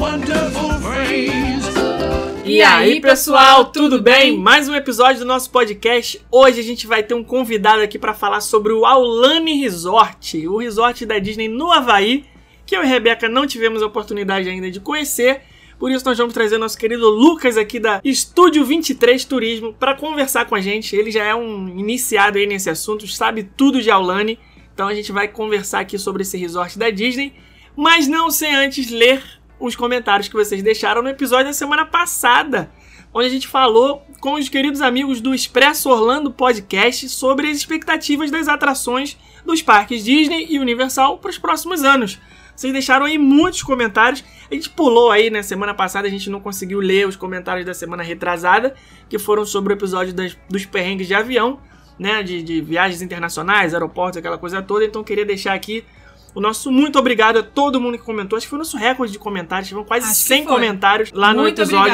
wonderful phrase. E aí, pessoal, tudo bem? Mais um episódio do nosso podcast. Hoje a gente vai ter um convidado aqui para falar sobre o Aulani Resort, o resort da Disney no Havaí, que eu e a Rebeca não tivemos a oportunidade ainda de conhecer. Por isso nós vamos trazer nosso querido Lucas aqui da Estúdio 23 Turismo para conversar com a gente. Ele já é um iniciado aí nesse assunto, sabe tudo de Aulani. Então a gente vai conversar aqui sobre esse resort da Disney, mas não sem antes ler os comentários que vocês deixaram no episódio da semana passada, onde a gente falou com os queridos amigos do Expresso Orlando Podcast sobre as expectativas das atrações dos parques Disney e Universal para os próximos anos. Vocês deixaram aí muitos comentários. A gente pulou aí, né? Semana passada a gente não conseguiu ler os comentários da semana retrasada, que foram sobre o episódio dos perrengues de avião, né? De viagens internacionais, aeroportos, aquela coisa toda. Então queria deixar aqui o nosso muito obrigado a todo mundo que comentou. Acho que foi o nosso recorde de comentários. Tivemos quase 100 comentários lá no episódio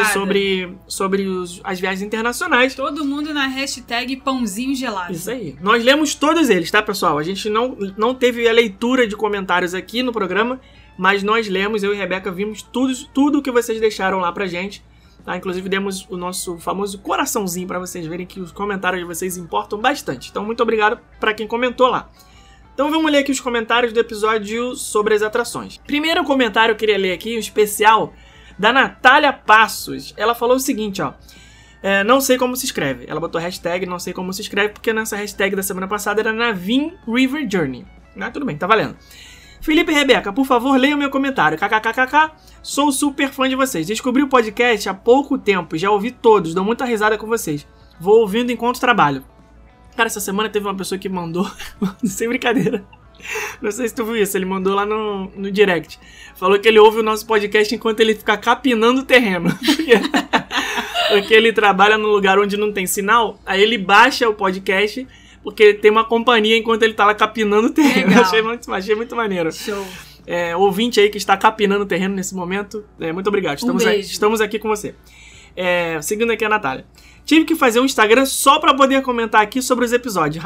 sobre as viagens internacionais. Todo mundo na hashtag pãozinho gelado. Isso aí. Nós lemos todos eles, tá, pessoal? A gente não teve a leitura de comentários aqui no programa, mas nós lemos, eu e a Rebeca vimos tudo que vocês deixaram lá pra gente. Tá? Inclusive demos o nosso famoso coraçãozinho pra vocês verem que os comentários de vocês importam bastante. Então muito obrigado pra quem comentou lá. Então vamos ler aqui os comentários do episódio sobre as atrações. Primeiro comentário eu queria ler aqui, um especial da Natália Passos. Ela falou o seguinte, ó. Não sei como se escreve. Ela botou hashtag não sei como se escreve, porque nessa hashtag da semana passada era Navin River Journey. Mas tudo bem, tá valendo. Felipe e Rebeca, por favor, leiam meu comentário. KKKKK, sou super fã de vocês. Descobri o podcast há pouco tempo, já ouvi todos, dou muita risada com vocês. Vou ouvindo enquanto trabalho. Cara, essa semana teve uma pessoa que mandou, sem brincadeira, não sei se tu viu isso, ele mandou lá no direct, falou que ele ouve o nosso podcast enquanto ele fica capinando o terreno, porque ele trabalha num lugar onde não tem sinal, aí ele baixa o podcast, porque tem uma companhia enquanto ele tá lá capinando o terreno. Achei muito maneiro. Show. Ouvinte aí que está capinando o terreno nesse momento, muito obrigado, estamos aqui com você. Seguindo aqui a Natália. Tive que fazer um Instagram só pra poder comentar aqui sobre os episódios.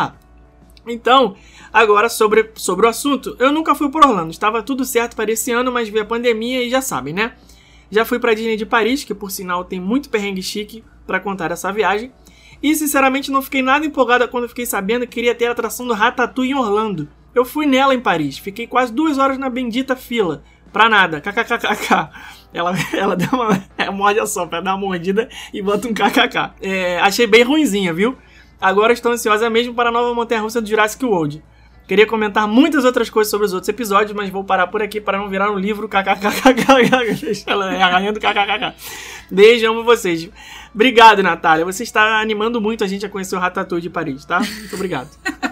Então, agora sobre o assunto. Eu nunca fui por Orlando. Estava tudo certo para esse ano, mas veio a pandemia e já sabem, né? Já fui pra Disney de Paris, que por sinal tem muito perrengue chique pra contar essa viagem. E sinceramente não fiquei nada empolgada quando fiquei sabendo que queria ter a atração do Ratatouille em Orlando. Eu fui nela em Paris. Fiquei quase 2 horas na bendita fila. Pra nada. KKKKK. Ela deu uma morde só pra dar uma mordida e bota um kkk. Achei bem ruinzinha, viu? Agora estou ansiosa mesmo para a nova montanha-russa do Jurassic World. Queria comentar muitas outras coisas sobre os outros episódios, mas vou parar por aqui para não virar um livro kkkk. Ela é a rainha do kkkk. Beijo, amo vocês. Obrigado, Natália. Você está animando muito a gente a conhecer o Ratatouille de Paris, tá? Muito obrigado.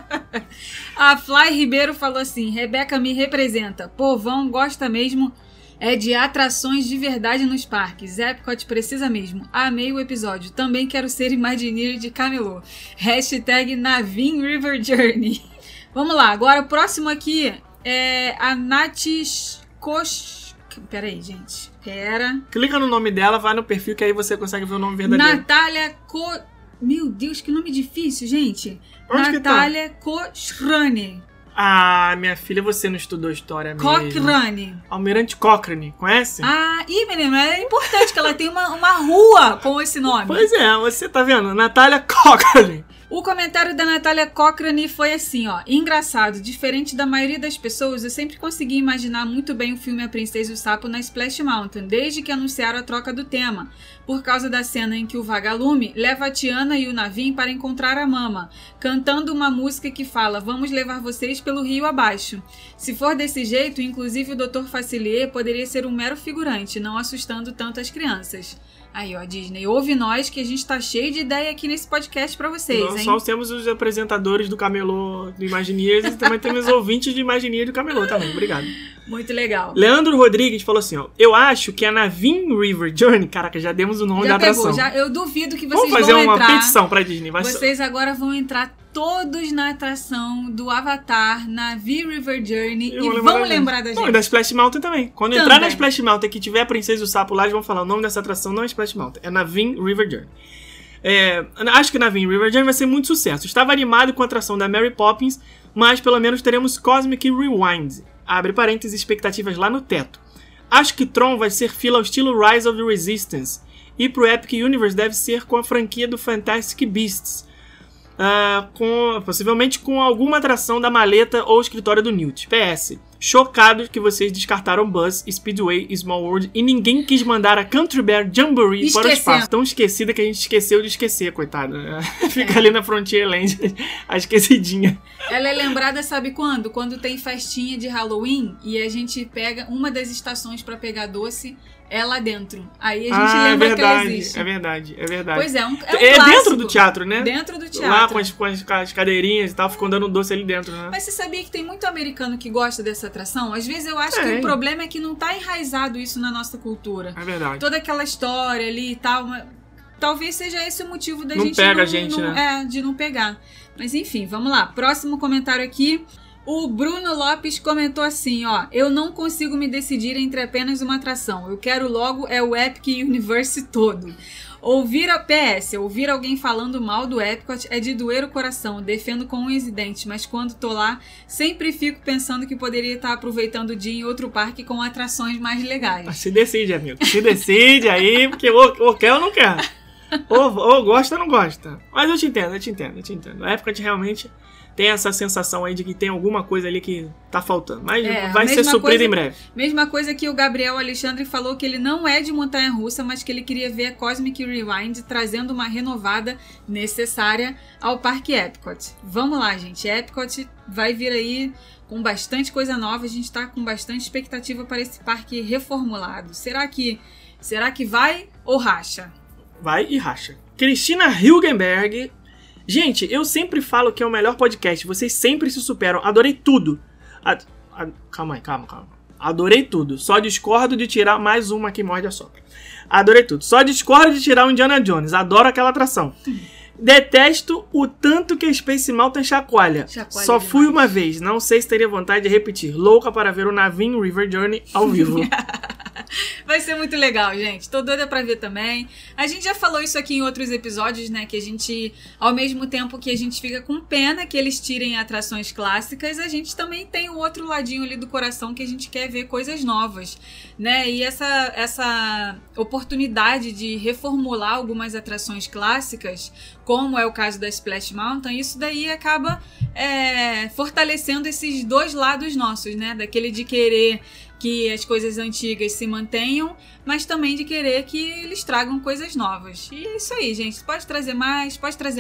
A Fly Ribeiro falou assim: Rebeca me representa. Povão gosta mesmo de atrações de verdade nos parques. Epcot precisa mesmo. Amei o episódio. Também quero ser Imagineer de Camelô. Hashtag Navin River Journey. Vamos lá. Agora o próximo aqui é a Nath Peraí, gente. Clica no nome dela, vai no perfil que aí você consegue ver o nome verdadeiro. Natália Meu Deus, que nome difícil, gente. Onde Natália Cochrane. Ah, minha filha, você não estudou história mesmo. Cochrane. Almirante Cochrane, conhece? Menino, é importante que ela tenha uma rua com esse nome. Pois é, você tá vendo? Natália Cochrane. O comentário da Natália Cochrane foi assim, ó. Engraçado, diferente da maioria das pessoas, eu sempre consegui imaginar muito bem o filme A Princesa e o Sapo na Splash Mountain, desde que anunciaram a troca do tema, por causa da cena em que o Vagalume leva a Tiana e o Navin para encontrar a Mama, cantando uma música que fala: vamos levar vocês pelo rio abaixo. Se for desse jeito, inclusive o Dr. Facilier poderia ser um mero figurante, não assustando tanto as crianças. Aí, ó, Disney, ouve nós que a gente tá cheio de ideia aqui nesse podcast pra vocês, Nós só temos os apresentadores do Camelô do Imagineers e também temos ouvintes do Imagineers do Camelô também. Obrigado. Muito legal. Leandro Rodrigues falou assim, ó. Eu acho que a Navin River Journey... Caraca, já demos o nome da atração. Eu duvido que vocês vão entrar... Vamos fazer uma petição pra Disney. Vocês agora vão entrar todos na atração do Avatar, Navin River Journey, e vão lembrar da gente. Não, e da Splash Mountain também. Quando entrar na Splash Mountain que tiver a Princesa e o Sapo lá, eles vão falar: o nome dessa atração não é Splash Mountain, é Navin River Journey. Acho que Navin River Journey vai ser muito sucesso. Estava animado com a atração da Mary Poppins, mas pelo menos teremos Cosmic Rewind. Abre parênteses, expectativas lá no teto. Acho que Tron vai ser fila ao estilo Rise of the Resistance. E pro Epic Universe deve ser com a franquia do Fantastic Beasts. Possivelmente com alguma atração da maleta ou escritório do Newt. PS. Chocado que vocês descartaram Buzz, Speedway e Small World e ninguém quis mandar a Country Bear Jamboree para o espaço. Tão esquecida que a gente esqueceu de esquecer, coitada. Fica ali na Frontierland, a esquecidinha. Ela é lembrada, sabe quando? Quando tem festinha de Halloween e a gente pega uma das estações para pegar doce, é lá dentro. Aí a gente lembra que ela existe. É verdade. Pois é, um clássico. Dentro do teatro, né? Dentro do teatro. Lá com as cadeirinhas e tal, ficam dando doce ali dentro, né? Mas você sabia que tem muito americano que gosta dessa atração? Às vezes eu acho que o problema é que não tá enraizado isso na nossa cultura. É verdade. Toda aquela história ali e tal, talvez seja esse o motivo da gente não... Não pega a gente, né? De não pegar. Mas enfim, vamos lá. Próximo comentário aqui. O Bruno Lopes comentou assim, ó: eu não consigo me decidir entre apenas uma atração. Eu quero logo o Epic Universe todo. Ouvir alguém falando mal do Epcot é de doer o coração. Defendo com unhas e dentes, mas quando tô lá, sempre fico pensando que poderia estar aproveitando o dia em outro parque com atrações mais legais. Se decide, amigo. Se decide aí, porque ou quer ou não quer. Ou gosta ou não gosta. Mas eu te entendo. A Epcot realmente tem essa sensação aí de que tem alguma coisa ali que tá faltando. Mas vai ser suprido em breve. Mesma coisa que o Gabriel Alexandre falou, que ele não é de montanha-russa, mas que ele queria ver a Cosmic Rewind trazendo uma renovada necessária ao Parque Epcot. Vamos lá, gente. Epcot vai vir aí com bastante coisa nova. A gente tá com bastante expectativa para esse parque reformulado. Será que vai ou racha? Vai e racha. Cristina Hilgenberg. Gente, eu sempre falo que é o melhor podcast. Vocês sempre se superam. Adorei tudo. Calma. Adorei tudo. Só discordo de tirar mais uma que morde a sopra. Adorei tudo. Só discordo de tirar o Indiana Jones. Adoro aquela atração. Detesto o tanto que a Space Mountain chacoalha. Só fui uma vez. Não sei se teria vontade de repetir. Louca para ver o Navin River Journey ao vivo. Vai ser muito legal, gente. Tô doida pra ver também. A gente já falou isso aqui em outros episódios, né? Que a gente, ao mesmo tempo que a gente fica com pena que eles tirem atrações clássicas, a gente também tem o outro ladinho ali do coração que a gente quer ver coisas novas, né? E essa oportunidade de reformular algumas atrações clássicas, como é o caso da Splash Mountain, isso daí acaba fortalecendo esses dois lados nossos, né? Daquele de querer que as coisas antigas se mantenham, mas também de querer que eles tragam coisas novas. E é isso aí, gente. Pode trazer mais,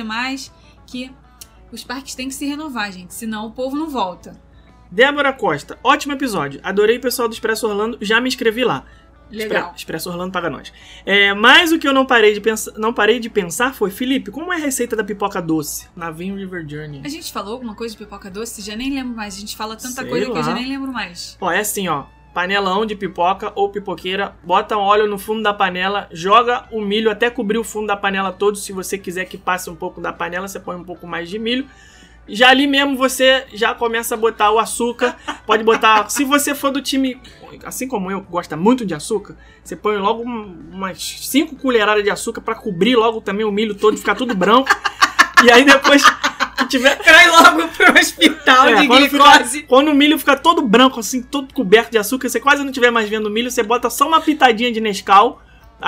que os parques têm que se renovar, gente. Senão o povo não volta. Débora Costa, ótimo episódio. Adorei o pessoal do Expresso Orlando, já me inscrevi lá. Legal. Expresso Orlando paga nós. Mas o que eu não parei de pensar foi, Felipe, como é a receita da pipoca doce na Navin River Journey? A gente falou alguma coisa de pipoca doce? Já nem lembro mais. A gente fala tanta coisa que eu já nem lembro mais. É assim, ó. Panelão de pipoca ou pipoqueira, bota um óleo no fundo da panela, joga o milho até cobrir o fundo da panela todo. Se você quiser que passe um pouco da panela, você põe um pouco mais de milho. Já ali mesmo você já começa a botar o açúcar. Pode botar, se você for do time, assim como eu, que gosta muito de açúcar, você põe logo umas 5 colheradas de açúcar pra cobrir logo também o milho todo, ficar tudo branco. E aí depois cai logo pro hospital de glicose. Quando o milho fica todo branco, assim, todo coberto de açúcar, você quase não estiver mais vendo o milho, você bota só uma pitadinha de Nescau.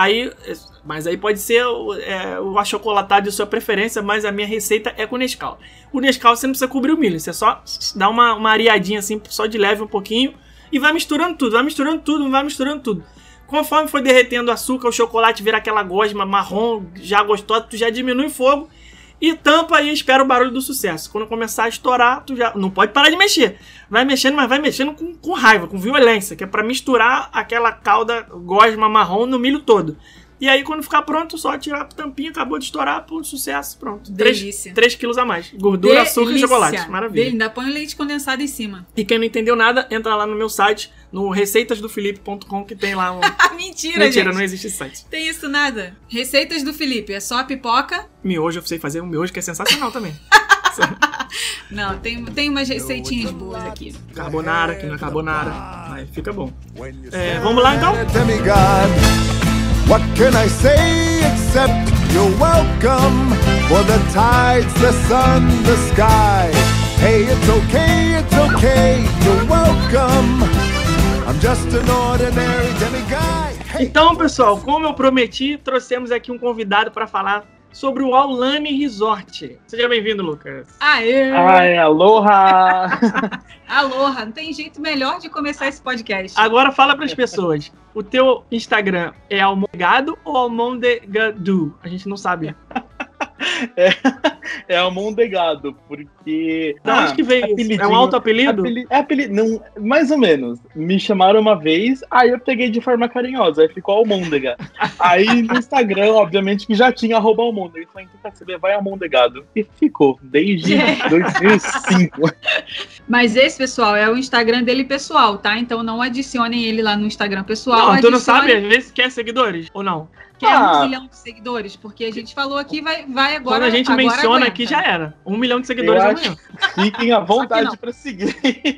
Mas aí pode ser o achocolatado de sua preferência, mas a minha receita é com Nescau. O Nescau você não precisa cobrir o milho, você só dá uma areadinha assim, só de leve um pouquinho, e vai misturando tudo. Conforme for derretendo o açúcar, o chocolate vira aquela gosma marrom, já gostosa, tu já diminui o fogo, e tampa e espera o barulho do sucesso. Quando começar a estourar, tu já não pode parar de mexer. Vai mexendo, mas vai mexendo com raiva, com violência, que é pra misturar aquela calda gosma marrom no milho todo. E aí, quando ficar pronto, só tirar a tampinha, acabou de estourar, pô, sucesso, pronto. Delícia. 3 quilos a mais. Gordura, açúcar e chocolate. Maravilha. Ainda põe o leite condensado em cima. E quem não entendeu nada, entra lá no meu site, no receitasdofelipe.com, que tem lá um... Mentira, gente. Não existe esse site. Tem isso nada. Receitas do Felipe, é só a pipoca. Miojo, eu sei fazer um miojo que é sensacional também. Não, tem umas receitinhas boas aqui. Carbonara, que não é carbonara, mas fica bom. Vamos lá, então? What can I say except you're welcome for the tides, the sun, the sky. Hey, it's okay, you're welcome. I'm just an ordinary demiguy. Hey. Então, pessoal, como eu prometi, trouxemos aqui um convidado para falar sobre o Aulani Resort. Seja bem-vindo, Lucas. Aê! Ai, aloha! Aloha, não tem jeito melhor de começar esse podcast. Agora fala para as pessoas, o teu Instagram é Almondegado ou Almondegadu? A gente não sabe. É Almondegado, porque... Da onde que veio isso? É um auto-apelido? Não, mais ou menos. Me chamaram uma vez, aí eu peguei de forma carinhosa, aí ficou Almôndega. Aí no Instagram, obviamente, que já tinha @Almôndega. Eu falei, então quer saber, vai Almondegado. E ficou, desde 2005. Mas esse, pessoal, é o Instagram dele pessoal, tá? Então não adicionem ele lá no Instagram pessoal. Não, tu não sabe, às vezes quer seguidores, ou não? Quer 1 milhão de seguidores, porque a gente falou aqui, vai agora. Quando a gente agora menciona aguenta. aqui, já era. 1 milhão de seguidores amanhã. Fiquem à vontade pra seguir.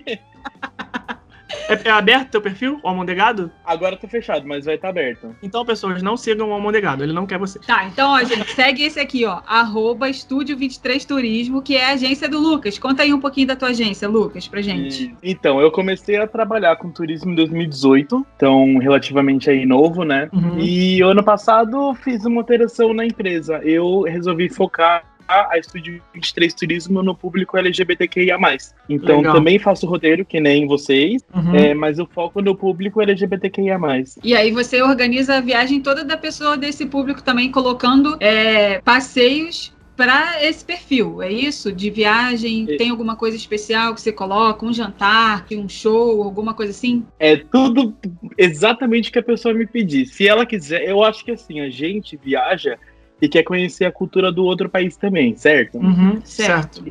É aberto teu perfil, o Almondegado? Agora tá fechado, mas vai estar aberto. Então, pessoas, não sigam o Almondegado, ele não quer vocês. Tá, então, ó, gente, segue esse aqui, ó, @Estúdio 23 Turismo, que é a agência do Lucas. Conta aí um pouquinho da tua agência, Lucas, pra gente. Então, eu comecei a trabalhar com turismo em 2018, então relativamente aí novo, né? Uhum. E ano passado fiz uma alteração na empresa. Eu resolvi focar a Estúdio 23 Turismo no público LGBTQIA+. Então, Legal. também faço roteiro, que nem vocês, Uhum. mas eu foco no público LGBTQIA+. E aí você organiza a viagem toda da pessoa desse público também, colocando passeios para esse perfil, é isso? De viagem, tem alguma coisa especial que você coloca? Um jantar, um show, alguma coisa assim? É tudo exatamente o que a pessoa me pedir. Se ela quiser, eu acho que assim, a gente viaja e quer conhecer a cultura do outro país também, certo? Uhum. Certo.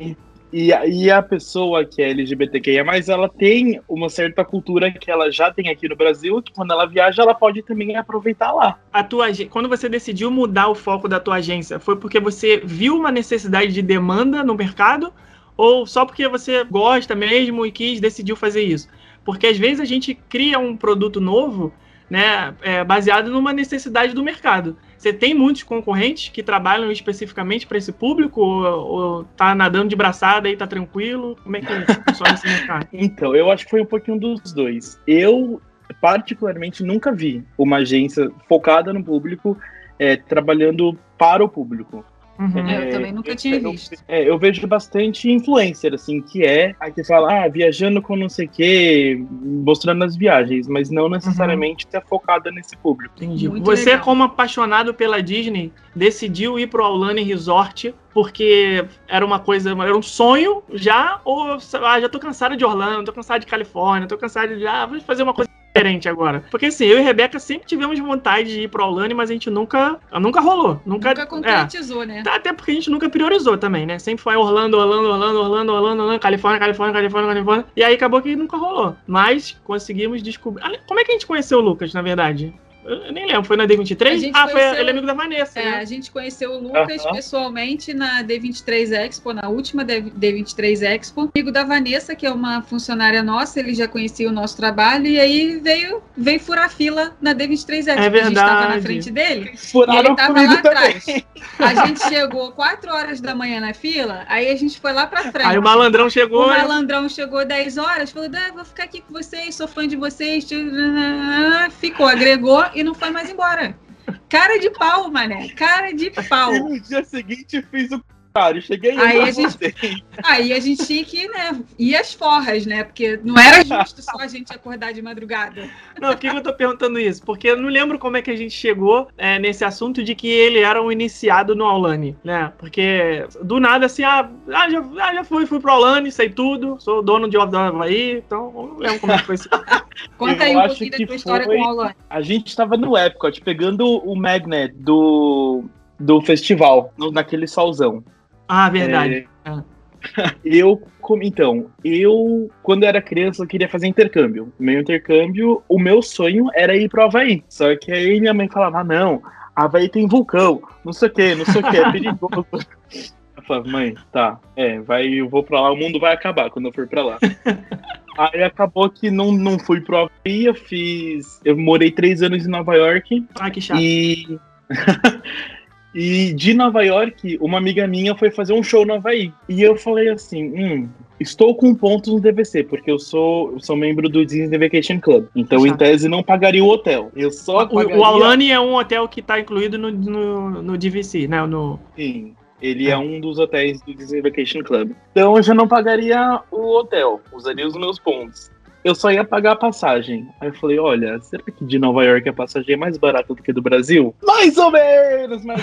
E a pessoa que é LGBTQIA+, ela tem uma certa cultura que ela já tem aqui no Brasil, que quando ela viaja, ela pode também aproveitar lá. Quando você decidiu mudar o foco da tua agência, foi porque você viu uma necessidade de demanda no mercado? Ou só porque você gosta mesmo e decidiu fazer isso? Porque às vezes a gente cria um produto novo, né, baseado numa necessidade do mercado. Você tem muitos concorrentes que trabalham especificamente para esse público ou tá nadando de braçada e tá tranquilo? Como é que funciona esse mercado? Então, eu acho que foi um pouquinho dos dois. Eu, particularmente, nunca vi uma agência focada no público trabalhando para o público. Uhum. Eu também nunca tinha visto. Eu vejo bastante influencer, assim, que fala, viajando com não sei o quê, mostrando as viagens, mas não necessariamente tá focada nesse público. Entendi. Muito Você, legal. como apaixonado pela Disney, decidiu ir pro Aulani Resort porque era um sonho já? Ou já tô cansado de Orlando, tô cansado de Califórnia, tô cansado de... vamos fazer uma coisa diferente agora. Porque assim, eu e Rebeca sempre tivemos vontade de ir pro Aulani, mas a gente nunca rolou. Nunca concretizou, né? Até porque a gente nunca priorizou também, né? Sempre foi Orlando, Califórnia. E aí acabou que nunca rolou. Mas conseguimos descobrir... Como é que a gente conheceu o Lucas, na verdade? Eu nem lembro, foi na D23? Ele é amigo da Vanessa, né? A gente conheceu o Lucas pessoalmente na D23 Expo, na última D23 Expo. Amigo da Vanessa, que é uma funcionária nossa, ele já conhecia o nosso trabalho, e aí veio furar fila na D23 Expo. É verdade. A gente estava na frente dele, Furaram e ele estava comigo lá atrás. também. A gente chegou 4 horas da manhã na fila, aí a gente foi lá pra frente. Aí o malandrão chegou... O malandrão chegou 10 horas, falou, vou ficar aqui com vocês, sou fã de vocês. Ficou, agregou e não foi mais embora. Cara de pau, mané. Cara de pau. E no dia seguinte fiz o contrário. Cheguei aí a gente tinha que, né, ir às forras, né? Porque não era justo só a gente acordar de madrugada. Não, por que eu tô perguntando isso? Porque eu não lembro como é que a gente chegou nesse assunto de que ele era um iniciado no Aulani, né? Porque do nada, assim, já fui pro Aulani, sei tudo, sou dono de Havaí, então eu não lembro como é que foi isso. Conta aí um pouquinho da tua história com o Aulani. A gente tava no Epcot, pegando o magnet do festival, naquele solzão. Verdade. Eu, quando era criança, eu queria fazer intercâmbio. O meu sonho era ir pro Havaí. Só que aí minha mãe falava, não, Havaí tem vulcão, não sei o que, é perigoso. Eu falava, mãe, tá, eu vou pra lá, o mundo vai acabar quando eu for pra lá. Aí acabou que não fui pro Havaí, eu morei 3 anos em Nova York. Que chato. E de Nova York, uma amiga minha foi fazer um show no Havaí. E eu falei assim, estou com pontos no DVC, porque eu sou membro do Disney Vacation Club. Então, em tese, não pagaria o hotel. Eu só pagaria... O Aulani é um hotel que tá incluído no DVC, né? Sim. Ele é um dos hotéis do Disney Vacation Club. Então eu já não pagaria o hotel, usaria os meus pontos. Eu só ia pagar a passagem. Aí eu falei, olha, será que de Nova York a passagem é mais barata do que do Brasil? Mais ou menos, mas...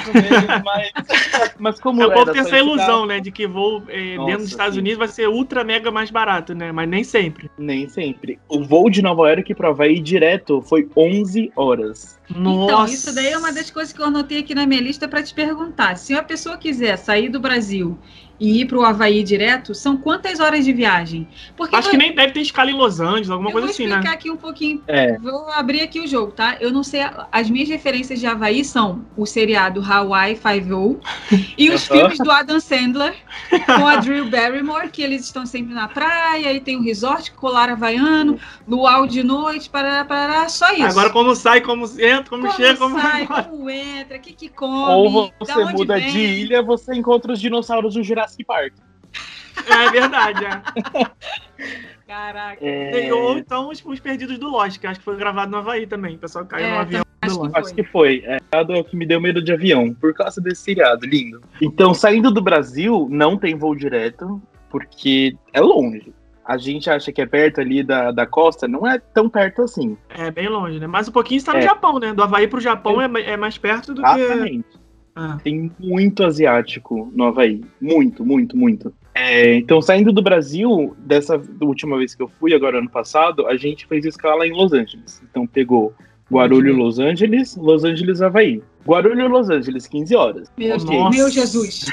mas como é bom ter só essa ilusão, né, de que voo Nossa, dentro dos Estados sim. Unidos vai ser ultra mega mais barato, né, mas nem sempre. Nem sempre. O voo de Nova York para Havaí direto foi 11 horas. Nossa. Então, isso daí é uma das coisas que eu anotei aqui na minha lista para te perguntar. Se a pessoa quiser sair do Brasil e ir para o Havaí direto, são quantas horas de viagem? Porque Acho que nem deve ter escala em Los Angeles, alguma coisa assim, né? Eu vou explicar aqui um pouquinho. É. Vou abrir aqui o jogo, tá? Eu não sei, as minhas referências de Havaí são o seriado Hawaii Five-O e os filmes do Adam Sandler com a Drew Barrymore, que eles estão sempre na praia, e tem um resort, colar havaiano, luau de noite, parará, só isso. Agora como sai, como entra, como chega, como sai, vai. como entra, o que come, Ou da você onde muda vem. de ilha, você encontra os dinossauros do Jurassic Park. É verdade, é. Caraca. Ou então os perdidos do Lost, que acho que foi gravado no Havaí também. O pessoal caiu no avião do acho que Lost. Acho que foi. É o que me deu medo de avião, por causa desse seriado lindo. Então, saindo do Brasil, não tem voo direto, porque é longe. A gente acha que é perto ali da costa, não é tão perto assim. É bem longe, né? Mas um pouquinho está no Japão, né? Do Havaí pro Japão é mais perto do que... Exatamente. Tem muito asiático no Havaí. Muito, muito, muito. Então, saindo do Brasil, dessa última vez que eu fui, agora ano passado, a gente fez escala em Los Angeles. Então, pegou Guarulhos, Los Angeles, Havaí. Guarulhos, Los Angeles, 15 horas. Meu Jesus.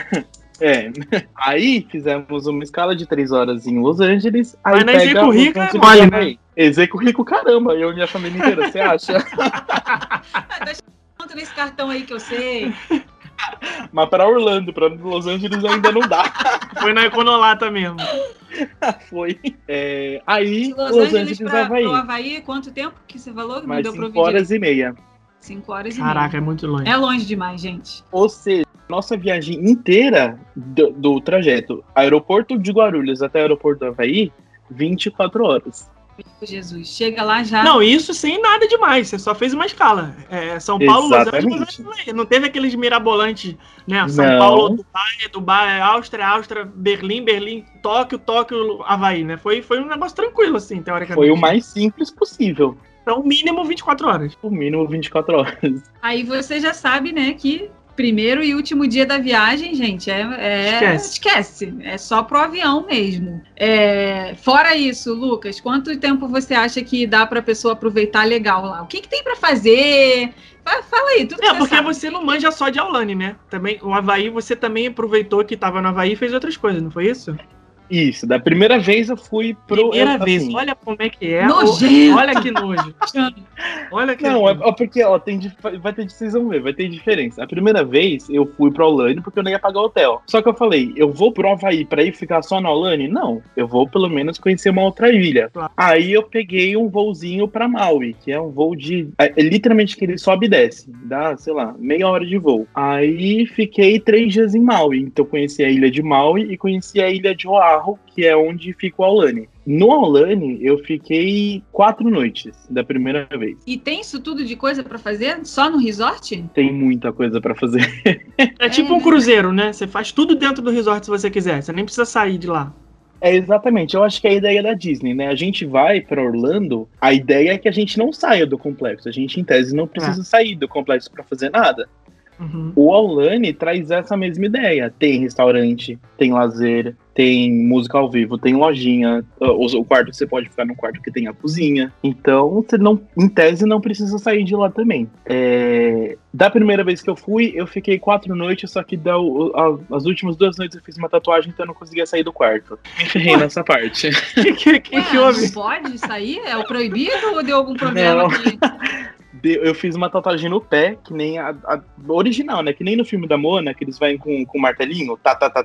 Aí fizemos uma escala de 3 horas em Los Angeles. Aí mas na pega Execo Rico é Los mole, Angeles, né? Execo Rico, caramba, eu e minha família inteira, você acha? Deixa eu nesse cartão aí que eu sei. Mas pra Orlando, pra Los Angeles ainda não dá. Foi na Econolata mesmo. Foi. Aí, Los Angeles Havaí. pro Havaí, quanto tempo que você falou? Não Mais deu pra 5 ouvir horas e meia. 5 horas e Caraca, meia. é muito longe. É longe demais, gente. Ou seja, nossa viagem inteira do trajeto aeroporto de Guarulhos até aeroporto do Havaí, 24 horas. Meu Jesus, chega lá já. Não, isso sem nada demais. Você só fez uma escala. São Paulo, Exatamente. Los Angeles, não teve aqueles mirabolantes, né? São Não. Paulo, Dubai, Áustria, Berlim, Tóquio, Havaí, né? Foi um negócio tranquilo, assim, teoricamente. Foi o mais simples possível. Então, mínimo 24 horas. O mínimo 24 horas. Aí você já sabe, né, que primeiro e último dia da viagem, gente, esquece. É só pro avião mesmo. Fora isso, Lucas, quanto tempo você acha que dá pra pessoa aproveitar legal lá? O que tem pra fazer? Fala aí, tudo que você porque sabe. você não manja só de Aulani, né? Também, o Havaí, você também aproveitou que tava no Havaí e fez outras coisas, não foi isso? Isso, da primeira vez eu fui pro... Primeira vez, olha como é que é. Nojento. Olha que nojo. Olha que Não, porque, vai ter, vocês vão ver, vai ter diferença. A primeira vez eu fui pro Aulani porque eu não ia pagar hotel. Só que eu falei, eu vou pro Havaí pra ir ficar só no Aulani? Não, eu vou pelo menos conhecer uma outra ilha. Claro. Aí eu peguei um voozinho pra Maui, que é um voo de... literalmente que ele sobe e desce, dá, sei lá, meia hora de voo. Aí fiquei 3 dias em Maui, então conheci a ilha de Maui e conheci a ilha de Oahu, que é onde fica o Aulani. No Aulani, eu fiquei 4 noites da primeira vez. E tem isso tudo de coisa pra fazer? Só no resort? Tem muita coisa pra fazer. É tipo um cruzeiro, né? Você faz tudo dentro do resort se você quiser. Você nem precisa sair de lá. Exatamente, eu acho que é a ideia da Disney, né? A gente vai pra Orlando, a ideia é que a gente não saia do complexo. A gente, em tese, não precisa sair do complexo pra fazer nada. Uhum. O Aulani traz essa mesma ideia. Tem restaurante, tem lazer, tem música ao vivo, tem lojinha. O quarto, você pode ficar no quarto que tem a cozinha. Então, você não, em tese, não precisa sair de lá também. Da primeira vez que eu fui, eu fiquei 4 noites, só que as últimas 2 noites eu fiz uma tatuagem, então eu não conseguia sair do quarto. Me ferrei nessa parte. que houve? Não pode sair? É o proibido ou deu algum problema aqui? Eu fiz uma tatuagem no pé, que nem a original, né? Que nem no filme da Moana, que eles vão com martelinho.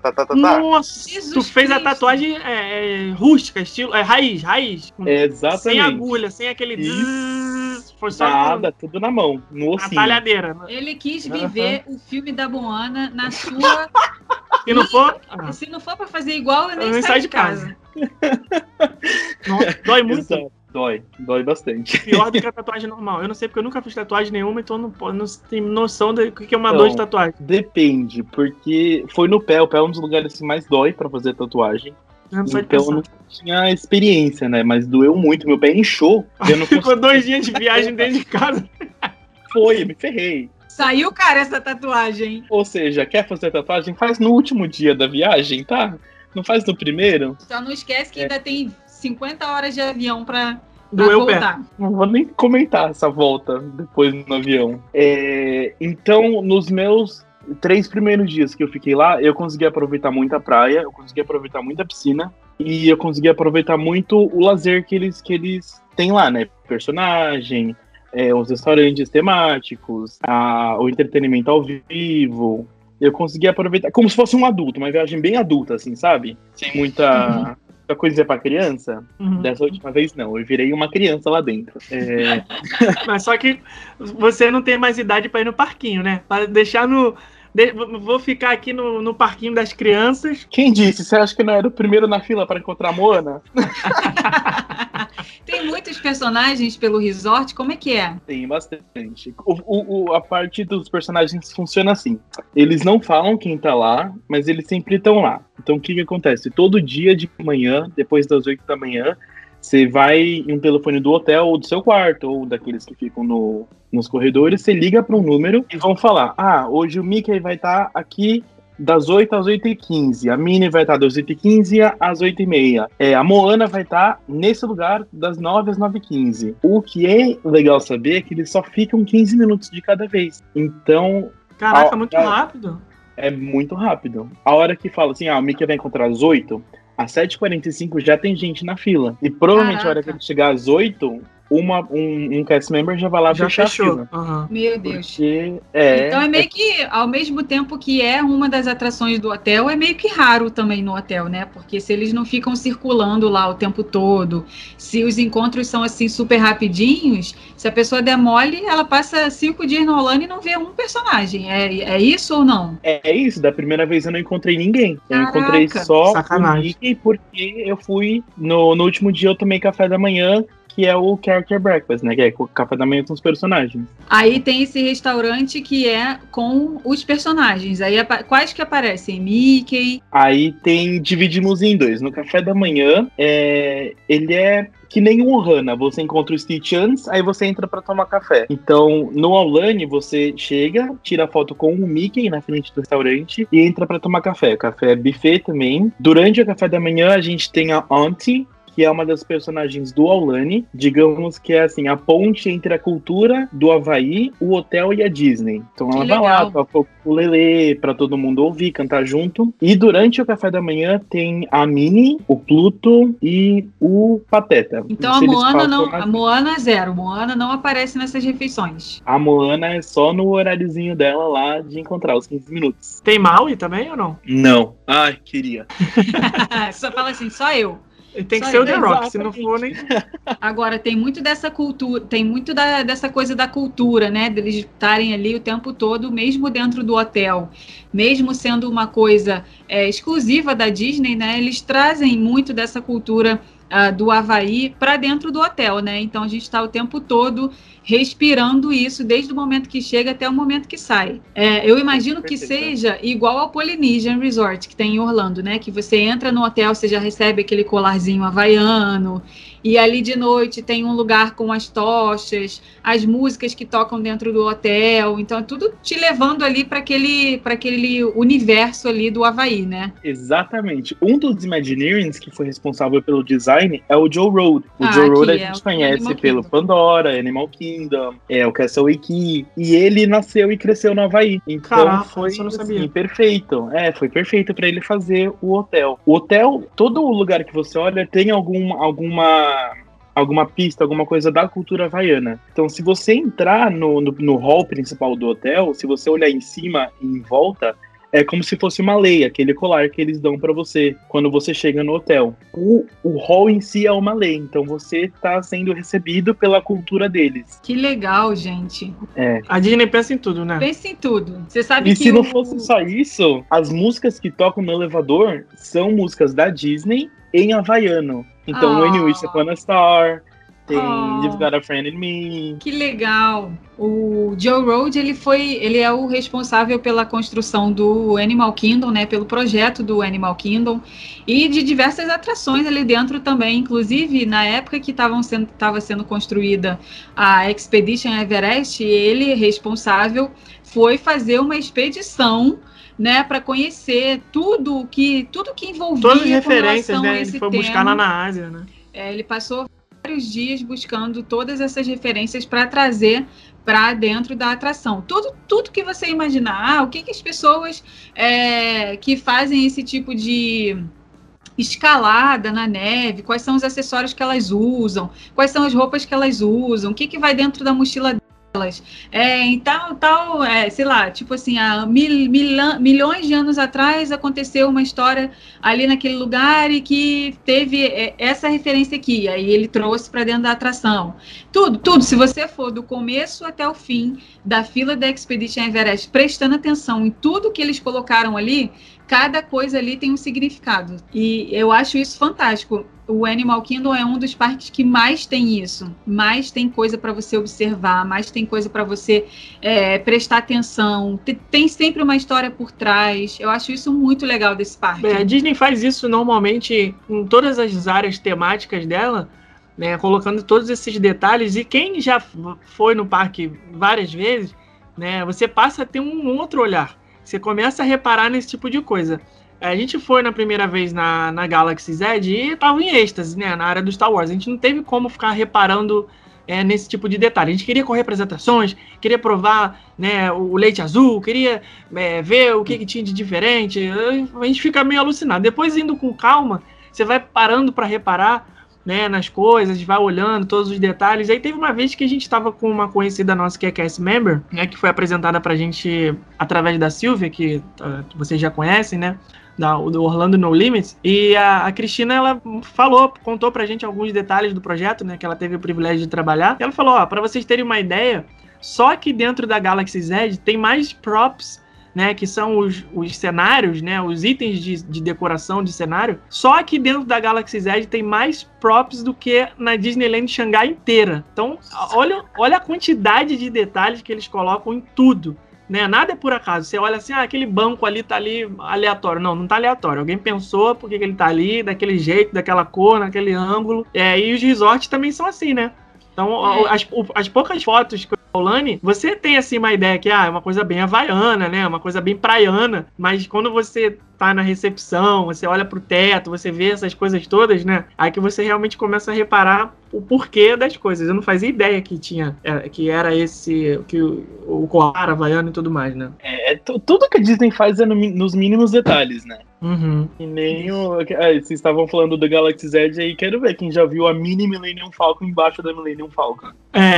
Nossa, Jesus tu fez a Cristo. tatuagem rústica, estilo raiz. Exatamente. Sem agulha, sem aquele... Foi só Nada, tudo na mão, no na ossinho. talhadeira. Ele quis viver o filme da Moana na sua... Se não for, Se não for pra fazer igual, eu nem nem saio de casa. não, dói muito. Exato. Dói bastante. Pior do que a tatuagem normal. Eu não sei porque eu nunca fiz tatuagem nenhuma, então não tenho noção do que é uma Então, dor de tatuagem. Depende, porque foi no pé. O pé é um dos lugares que mais dói pra fazer tatuagem. Eu não sei Então eu não tinha experiência, né? Mas doeu muito. Meu pé inchou. Eu não Ficou consegui- 2 dias de viagem dentro de casa. Foi, eu me ferrei. Saiu, cara, essa tatuagem. Ou seja, quer fazer tatuagem? Faz no último dia da viagem, tá? Não faz no primeiro? Só não esquece que ainda tem 50 horas de avião pra Doeu o pé. voltar. Não vou nem comentar essa volta depois no avião. Então, nos meus 3 primeiros dias que eu fiquei lá, eu consegui aproveitar muito a praia, eu consegui aproveitar muito a piscina e eu consegui aproveitar muito o lazer que eles têm lá, né? Personagem, os restaurantes temáticos, o entretenimento ao vivo. Eu consegui aproveitar como se fosse um adulto, uma viagem bem adulta, assim, sabe? Sem muita coisa pra criança. Uhum. Dessa última vez, não. Eu virei uma criança lá dentro. Mas só que você não tem mais idade pra ir no parquinho, né? Para deixar vou ficar aqui no parquinho das crianças. Quem disse? Você acha que eu não era o primeiro na fila para encontrar a Moana? Tem muitos personagens pelo resort, como é que é? Tem bastante. A parte dos personagens funciona assim. Eles não falam quem tá lá, mas eles sempre estão lá. Então o que acontece? Todo dia de manhã, depois das 8 da manhã, você vai em um telefone do hotel ou do seu quarto, ou daqueles que ficam nos corredores, você liga para um número e vão falar: hoje o Mickey vai estar aqui das 8 às 8h15, a Minnie vai estar das 8h15 às 8h30, a Moana vai estar nesse lugar das 9 às 9h15. O que é legal saber é que eles só ficam 15 minutos de cada vez. Então... Caraca, muito rápido. É muito rápido. A hora que fala assim, o Mickey vai encontrar às 8, às 7h45 já tem gente na fila. E provavelmente a hora que ele chegar às 8, um cast member já vai lá Já fechar fechou. a fila. Uhum. Meu Deus. Porque, Então é meio que, ao mesmo tempo que é uma das atrações do hotel, é meio que raro também no hotel, né? Porque se eles não ficam circulando lá o tempo todo, se os encontros são assim super rapidinhos, se a pessoa der mole, ela passa 5 dias no Orlando e não vê um personagem. É isso ou não? É isso, da primeira vez eu não encontrei ninguém. Eu Caraca. encontrei só Sacanagem. o Mickey porque eu fui, no último dia eu tomei café da manhã, que é o Character Breakfast, né? Que é o café da manhã com os personagens. Aí tem esse restaurante que é com os personagens. Aí quais que aparecem? Mickey. Aí dividimos em 2. No café da manhã, ele é que nem um Ohana. Você encontra o Stitch antes, aí você entra pra tomar café. Então, no Aulani, você chega, tira foto com o Mickey na frente do restaurante e entra pra tomar café. O café é buffet também. Durante o café da manhã, a gente tem a Auntie, que é uma das personagens do Aulani, digamos que é assim, a ponte entre a cultura do Havaí, o hotel e a Disney. Então ela vai lá, toca o lelê pra todo mundo ouvir, cantar junto. E durante o café da manhã tem a Minnie, o Pluto e o Pateta. Então a Moana é zero. Moana não aparece nessas refeições. A Moana é só no horáriozinho dela lá de encontrar os 15 minutos. Tem Maui também ou não? Não. Ai, queria. Só fala assim, só eu. Tem que ser o The Rock, se não for nem... Agora, tem muito dessa cultura, tem muito dessa coisa da cultura, né? Deles estarem ali o tempo todo, mesmo dentro do hotel. Mesmo sendo uma coisa exclusiva da Disney, né? Eles trazem muito dessa cultura do Havaí para dentro do hotel, né? Então, a gente está o tempo todo respirando isso, desde o momento que chega até o momento que sai. Eu imagino que seja igual ao Polynesian Resort, que tem em Orlando, né? Que você entra no hotel, você já recebe aquele colarzinho havaiano, e ali de noite tem um lugar com as tochas, as músicas que tocam dentro do hotel, então é tudo te levando ali para aquele universo ali do Havaí, né? Exatamente. Um dos Imagineers que foi responsável pelo design é o Joe Road. O Joe Road a gente conhece pelo Pandora, Animal Kingdom, o Castle Wiki, e ele nasceu e cresceu no Havaí. Então caraca, foi eu não sabia. Assim, perfeito. Foi perfeito para ele fazer o hotel. O hotel, todo lugar que você olha tem alguma pista, alguma coisa da cultura havaiana. Então, se você entrar no hall principal do hotel, se você olhar em cima e em volta, é como se fosse uma lei, aquele colar que eles dão pra você quando você chega no hotel. O hall em si é uma lei, então você tá sendo recebido pela cultura deles. Que legal, gente. A Disney pensa em tudo, né? Pensa em tudo. Você sabe E que se não fosse só isso, as músicas que tocam no elevador são músicas da Disney em havaiano. Então, When You Wish Upon a Star, tem You've Got a Friend in Me. Que legal. O Joe Rohde, ele é o responsável pela construção do Animal Kingdom, né? Pelo projeto do Animal Kingdom e de diversas atrações ali dentro também. Inclusive, na época que estava sendo construída a Expedition Everest, ele, responsável, foi fazer uma expedição, né, para conhecer tudo que envolvia todas as com referências, relação né? a Ele esse foi tema. buscar lá na Ásia, né? Ele passou vários dias buscando todas essas referências para trazer para dentro da atração. Tudo que você imaginar. O que as pessoas que fazem esse tipo de escalada na neve, quais são os acessórios que elas usam, quais são as roupas que elas usam, o que vai dentro da mochila delas. Então, sei lá, tipo assim, há milhões de anos atrás aconteceu uma história ali naquele lugar e que teve essa referência aqui, aí ele trouxe para dentro da atração. Tudo, se você for do começo até o fim da fila da Expedition Everest, prestando atenção em tudo que eles colocaram ali, cada coisa ali tem um significado. E eu acho isso fantástico. O Animal Kingdom é um dos parques que mais tem isso. Mais tem coisa para você observar, mais tem coisa para você prestar atenção. Tem sempre uma história por trás. Eu acho isso muito legal desse parque. A Disney faz isso normalmente em todas as áreas temáticas dela, né, colocando todos esses detalhes. E quem já foi no parque várias vezes, né, você passa a ter um outro olhar. Você começa a reparar nesse tipo de coisa. A gente foi na primeira vez na Galaxy Z e tava em êxtase, né, na área do Star Wars. A gente não teve como ficar reparando nesse tipo de detalhe. A gente queria correr para as atrações, queria provar, né, o leite azul, queria ver o que tinha de diferente. A gente fica meio alucinado. Depois, indo com calma, você vai parando para reparar, né, nas coisas, vai olhando todos os detalhes. Aí teve uma vez que a gente estava com uma conhecida nossa que é cast member, né, que foi apresentada pra gente através da Silvia, que vocês já conhecem, né, do Orlando No Limits, e a Cristina, ela contou pra gente alguns detalhes do projeto, né, que ela teve o privilégio de trabalhar. E ela falou, pra vocês terem uma ideia, só que dentro da Galaxy Z tem mais props, né, que são os cenários, né, os itens de decoração de cenário. Só que dentro da Galaxy Z tem mais props do que na Disneyland Xangai inteira. Então, olha a quantidade de detalhes que eles colocam em tudo, né? Nada é por acaso. Você olha assim, aquele banco ali tá ali aleatório. Não tá aleatório. Alguém pensou por que ele tá ali, daquele jeito, daquela cor, naquele ângulo. E os resorts também são assim, né? Então, as poucas fotos que eu Lani, você tem assim uma ideia que é uma coisa bem havaiana, né? Uma coisa bem praiana, mas quando você tá na recepção, você olha pro teto, você vê essas coisas todas, né? Aí que você realmente começa a reparar o porquê das coisas. Eu não fazia ideia que que era esse, que o colar havaiano e tudo mais, né? Tudo que a Disney faz é nos mínimos detalhes, né? Uhum. E nem vocês estavam falando do Galaxy Z aí, quero ver quem já viu a mini Millennium Falcon embaixo da Millennium Falcon.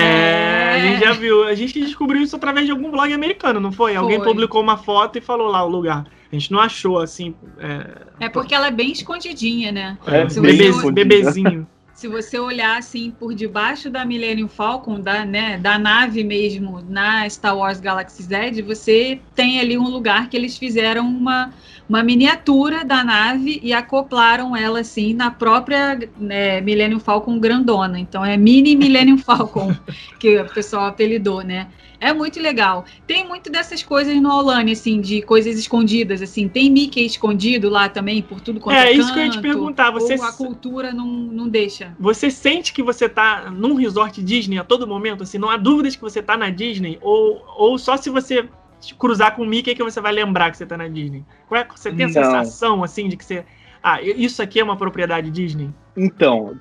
A gente já viu. A gente descobriu isso através de algum blog americano, não foi? Alguém publicou uma foto e falou lá o lugar. A gente não achou assim. Porque ela é bem escondidinha, né? Bebezinho. Se você olhar assim por debaixo da Millennium Falcon, da nave mesmo, na Star Wars Galaxy Z, você tem ali um lugar que eles fizeram uma miniatura da nave e acoplaram ela assim na própria Millennium Falcon grandona. Então é mini Millennium Falcon que o pessoal apelidou, né? É muito legal. Tem muito dessas coisas no Aulani, assim, de coisas escondidas, assim. Tem Mickey escondido lá também, por tudo quanto é canto. Isso que eu ia te perguntar. Ou a cultura não deixa. Você sente que você tá num resort Disney a todo momento? Assim, não há dúvidas que você tá na Disney? Ou só se você cruzar com o Mickey que você vai lembrar que você tá na Disney? Você tem a sensação, assim, de que você... isso aqui é uma propriedade Disney? Então,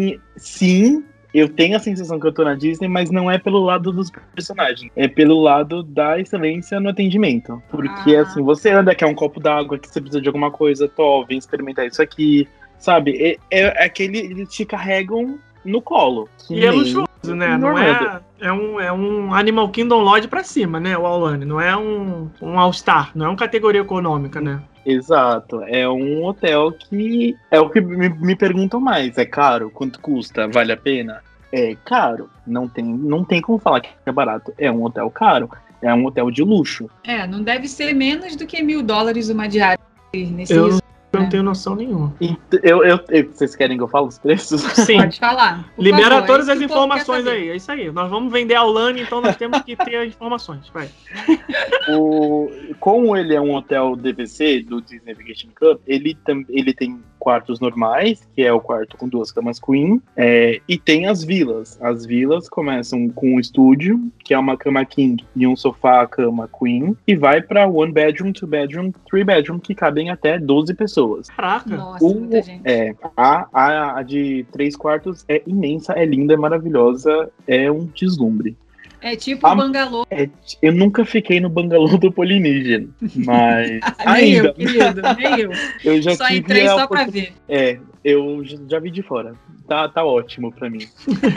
sim... Eu tenho a sensação que eu tô na Disney, mas não é pelo lado dos personagens. É pelo lado da excelência no atendimento. Porque, assim, você anda, quer um copo d'água, que você precisa de alguma coisa, vem experimentar isso aqui, sabe? Eles te carregam no colo. E é luxuoso, né? Não é um Animal Kingdom Lodge pra cima, né? O Aulane. Não é um All-Star, não é uma categoria econômica, né? Exato, é um hotel que é o que me perguntam mais. É caro? Quanto custa? Vale a pena? É caro. Não tem como falar que é barato. É um hotel caro. É um hotel de luxo. Não deve ser menos do que $1.000 uma diária nesse Eu não tenho noção nenhuma. Vocês querem que eu fale os preços? Sim. Pode falar. Libera favor, todas as que o povo informações quer saber. aí. É isso aí. Nós vamos vender a Aulane, então nós temos que ter as informações. Vai. Como ele é um hotel DVC do Disney Vacation Club, ele tem quartos normais, que é o quarto com 2 camas queen, e tem as vilas. As vilas começam com um estúdio, que é uma cama king e um sofá-cama queen, e vai para 1 bedroom, 2 bedroom, 3 bedroom, que cabem até 12 pessoas. Caraca. Nossa, muita gente. A de 3 quartos é imensa, é linda, é maravilhosa, é um deslumbre. É tipo o bangalô. Eu nunca fiquei no bangalô do Polynesian, mas Nem eu, querido, nem eu. Eu já só entrei só pra ver. Eu já vi de fora. Tá ótimo pra mim.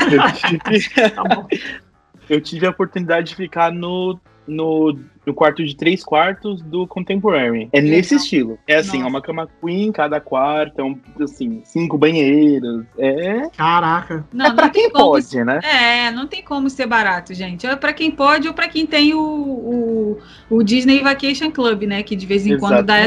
Eu tive a oportunidade de ficar no quarto de 3 quartos do Contemporary. É nesse estilo. É assim, Nossa. é uma cama queen cada quarto, assim, 5 banheiros. Caraca. Não pra tem quem como. pode, né? Não tem como ser barato, gente. É pra quem pode ou pra quem tem o Disney Vacation Club, né? Que de vez em quando dá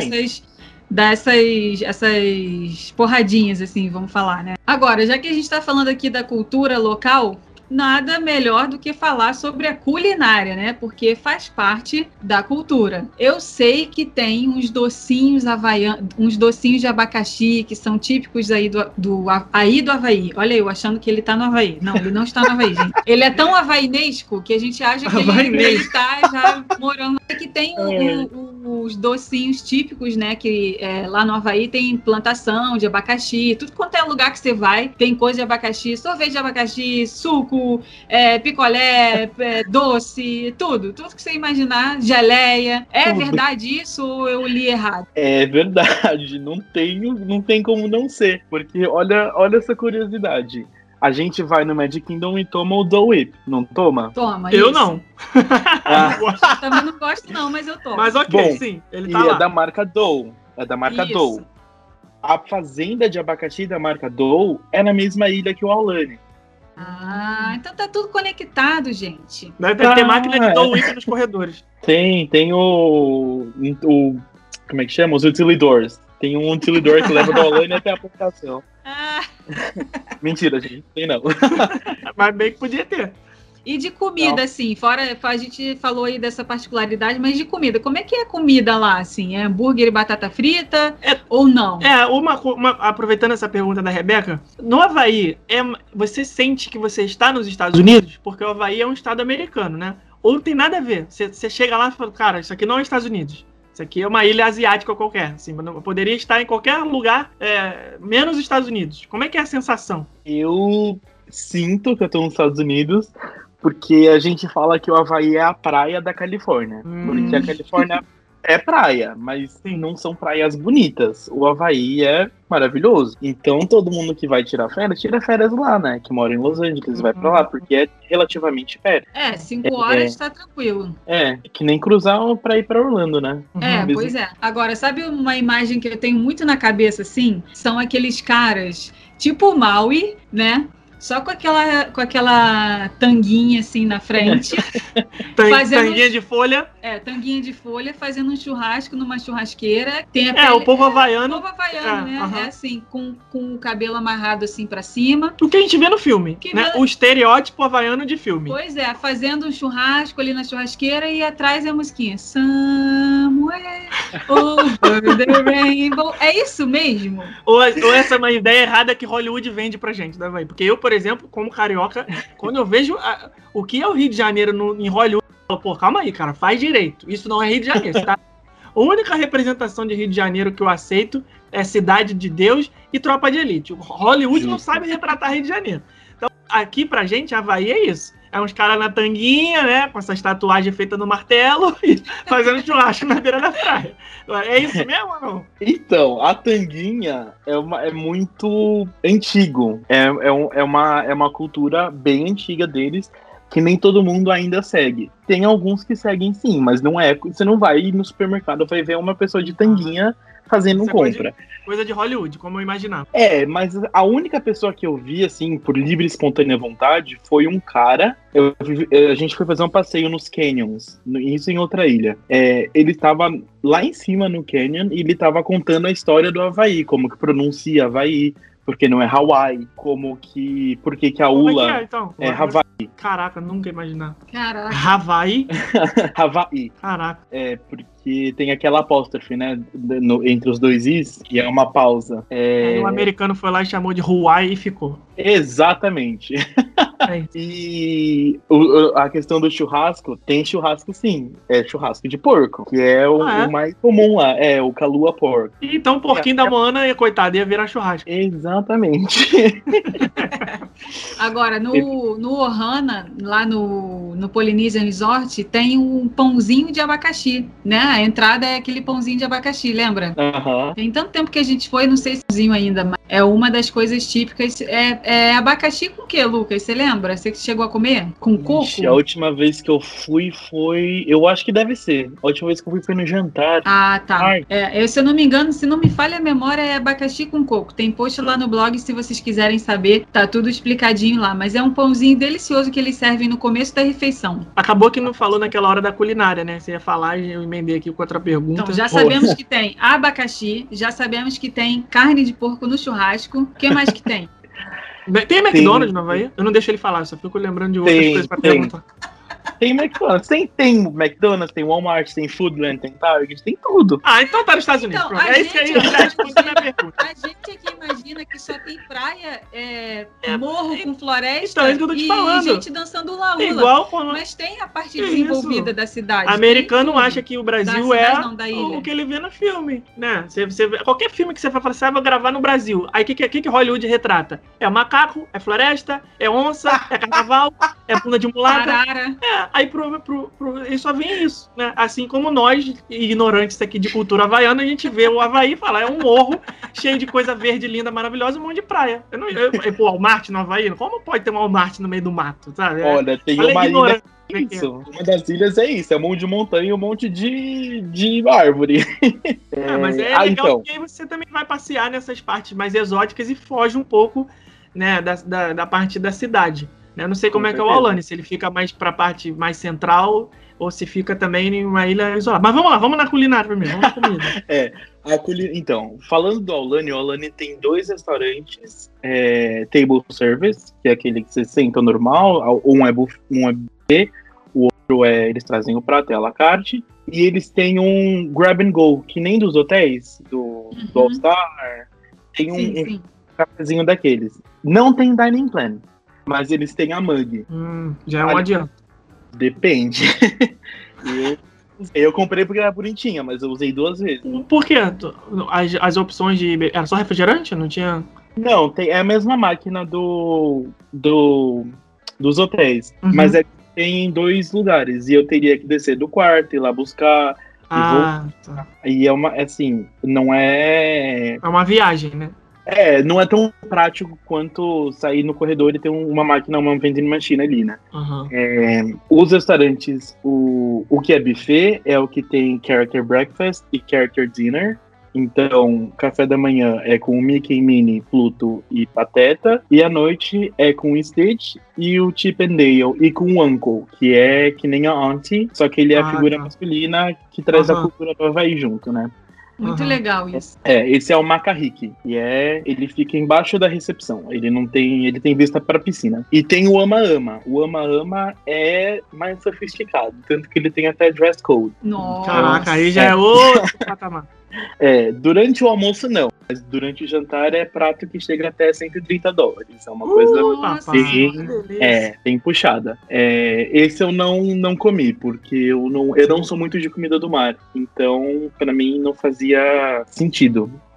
essas porradinhas, assim, vamos falar, né? Agora, já que a gente tá falando aqui da cultura local, nada melhor do que falar sobre a culinária, né? Porque faz parte da cultura. Eu sei que tem uns docinhos havaianos, uns docinhos de abacaxi que são típicos aí do Havaí. Olha eu achando que ele tá no Havaí. Não, ele não está no Havaí, gente. Ele é tão havainesco que a gente acha que ele tá já morando. Que tem os docinhos típicos, né? Que lá no Havaí tem plantação de abacaxi. Tudo quanto é lugar que você vai, tem coisa de abacaxi, sorvete de abacaxi, suco, picolé, doce, tudo que você imaginar, geleia. É verdade isso ou eu li errado? É verdade, não tem como não ser, porque olha essa curiosidade. A gente vai no Magic Kingdom e toma o Dole Whip, não toma? Toma, Eu isso. não. Eu também não gosto não, mas eu tomo. Mas ok, Bom, sim, ele E tá lá. é da marca Dole. Isso. A fazenda de abacaxi da marca Dole é na mesma ilha que o Aulane. Então tá tudo conectado, gente. Deve ter máquina de Dole Whip nos corredores. Tem o como é que chama? Os utilidores. Tem um utilidor que leva do Aulane até a plantação. Mentira, gente, tem não. Mas bem que podia ter. E de comida, assim, fora, a gente falou aí dessa particularidade, mas de comida, como é que é a comida lá, assim? É hambúrguer e batata frita ou não? Aproveitando essa pergunta da Rebeca, no Havaí, você sente que você está nos Estados Unidos? Porque o Havaí é um estado americano, né? Ou não tem nada a ver? Você chega lá e fala, cara, isso aqui não é Estados Unidos. Isso aqui é uma ilha asiática qualquer. Assim, eu poderia estar em qualquer lugar, menos os Estados Unidos. Como é que é a sensação? Eu sinto que eu tô nos Estados Unidos, porque a gente fala que o Havaí é a praia da Califórnia. Porque a Califórnia é praia, mas não são praias bonitas. O Havaí é maravilhoso. Então todo mundo que vai tirar férias, tira férias lá, né? Que mora em Los Angeles, vai pra lá, porque é relativamente perto. 5 horas tá tranquilo. Que nem cruzar pra ir pra Orlando, né? Pois é. Agora, sabe uma imagem que eu tenho muito na cabeça, assim? São aqueles caras, tipo o Maui, né? Só com aquela tanguinha assim na frente. Tanguinha de folha. Tanguinha de folha, fazendo um churrasco numa churrasqueira. Tem o povo havaiano. O povo havaiano, né? É assim, com o cabelo amarrado assim pra cima. O que a gente vê no filme, né? O estereótipo havaiano de filme. Pois é, fazendo um churrasco ali na churrasqueira e atrás é a musiquinha. Somewhere over the rainbow. É isso mesmo? Ou essa é uma ideia errada que Hollywood vende pra gente, né, véi? Porque eu, por exemplo, como carioca, quando eu vejo o que é o Rio de Janeiro em Hollywood, eu falo, pô, calma aí, cara, faz direito. Isso não é Rio de Janeiro, tá? A única representação de Rio de Janeiro que eu aceito é Cidade de Deus e Tropa de Elite. O Hollywood não sabe retratar Rio de Janeiro. Então, aqui pra gente, Havaí é isso. É uns caras na tanguinha, né? Com essa tatuagem feita no martelo e fazendo churrasco na beira da praia. É isso mesmo ou não? Então, a tanguinha é muito antigo. É uma cultura bem antiga deles, que nem todo mundo ainda segue. Tem alguns que seguem sim, mas não é. Você não vai no supermercado, vai ver uma pessoa de tanguinha fazendo compra. Coisa de Hollywood, como eu imaginava. Mas a única pessoa que eu vi, assim, por livre e espontânea vontade, foi um cara. A gente foi fazer um passeio nos canyons, isso em outra ilha. Ele tava lá em cima no canyon e ele tava contando a história do Havaí, como que pronuncia Havaí, porque não é Hawaii, por que a Ula então? é Havaí. Caraca, nunca ia imaginar. Caraca. Havaí? Havaí. Caraca. Porque tem aquela apóstrofe, né, entre os dois Is, que é uma pausa. Aí o americano foi lá e chamou de Hawaii e ficou. Exatamente. E a questão do churrasco, tem churrasco sim, é churrasco de porco, que é o mais comum lá, o Kalua Pork. Então o porquinho da Moana, coitado, ia virar churrasco. Exatamente. Agora, no Ohana, lá no Polynesian Resort, tem um pãozinho de abacaxi, né? A entrada é aquele pãozinho de abacaxi, lembra? Uhum. Tem tanto tempo que a gente foi, não sei se é pãozinho ainda, mas é uma das coisas típicas. É abacaxi com o quê, Lucas? Você lembra? Você que chegou a comer? Com coco? A última vez que eu fui foi... Eu acho que deve ser. A última vez que eu fui foi no jantar. Ah, tá. Se eu não me engano, se não me falha a memória, é abacaxi com coco. Tem post lá no blog, se vocês quiserem saber. Tá tudo explicadinho lá. Mas é um pãozinho delicioso que eles servem no começo da refeição. Acabou que não falou naquela hora da culinária, né? Você ia falar e eu emendei aqui com outra pergunta. Então, já sabemos que tem abacaxi, já sabemos que tem carne de porco no churrasco. O que mais que tem? Tem McDonald's no Havaí? Eu não deixo ele falar, só fico lembrando de outras coisas pra perguntar. Tem McDonald's, tem McDonald's, tem Walmart, tem Foodland, tem Target, tem tudo. Então tá nos Estados Unidos. Então, é isso que aí já responde a minha pergunta. A gente aqui imagina que só tem praia, morro com floresta então, é isso que eu tô te falando. Gente dançando hula-hula. Igual quando... Mas tem a parte desenvolvida da cidade. Americano acha que o Brasil da o que ele vê no filme, né? Qualquer filme que você vai falar assim, vai gravar no Brasil. Aí o que Hollywood retrata? É macaco, é floresta, é onça, é carnaval, é bunda de mulata. Arara. Aí ele só vem isso, né? Assim como nós, ignorantes aqui de cultura havaiana, a gente vê o Havaí e fala, é um morro cheio de coisa verde, linda, maravilhosa, um monte de praia. Pô, Walmart no Havaí? Como pode ter um Walmart no meio do mato, sabe? Olha, tem uma ilha isso. Uma das ilhas é isso, é um monte de montanha e um monte de árvore. Mas é legal então. Porque aí você também vai passear nessas partes mais exóticas e foge um pouco, né, da parte da cidade. Eu não sei como é que é o Aulani, se ele fica mais pra parte mais central ou se fica também em uma ilha isolada. Mas vamos lá, vamos na culinária primeiro, vamos na comida. Então, falando do Aulani, o Aulani tem 2 restaurantes table service, que é aquele que você senta normal, um é buffet, o outro eles trazem o prato, é à la carte, e eles têm um grab and go, que nem dos hotéis, do All Star, tem um cafezinho daqueles. Não tem dining plan. Mas eles têm a mug. Já é um adianto. Depende. Eu comprei porque era bonitinha, mas eu usei 2 vezes. Por quê? As opções de... Era só refrigerante? Não tinha... Não, é a mesma máquina dos hotéis. Mas tem em 2 lugares. E eu teria que descer do quarto, ir lá buscar. Tá. E assim, não é... É uma viagem, né? Não é tão prático quanto sair no corredor e ter uma máquina, uma vending machine ali, né? Os restaurantes, o que é buffet é o que tem character breakfast e character dinner. Então, café da manhã é com o Mickey, Minnie, Pluto e Pateta. E à noite é com o Stitch e o Chip and Dale e com o Uncle, que é que nem a Auntie, só que ele é a figura masculina que traz a cultura do Havaí junto, né? Muito legal isso. Esse é o Makahiki, e ele fica embaixo da recepção. Ele tem vista para a piscina. E tem o Ama Ama. O Ama Ama é mais sofisticado, tanto que ele tem até dress code. Nossa. Caraca, aí já é outro patamar. Durante o almoço não, mas durante o jantar é prato que chega até $130. É uma coisa bem puxada. Esse eu não comi, porque eu não sou muito de comida do mar, então pra mim não fazia sentido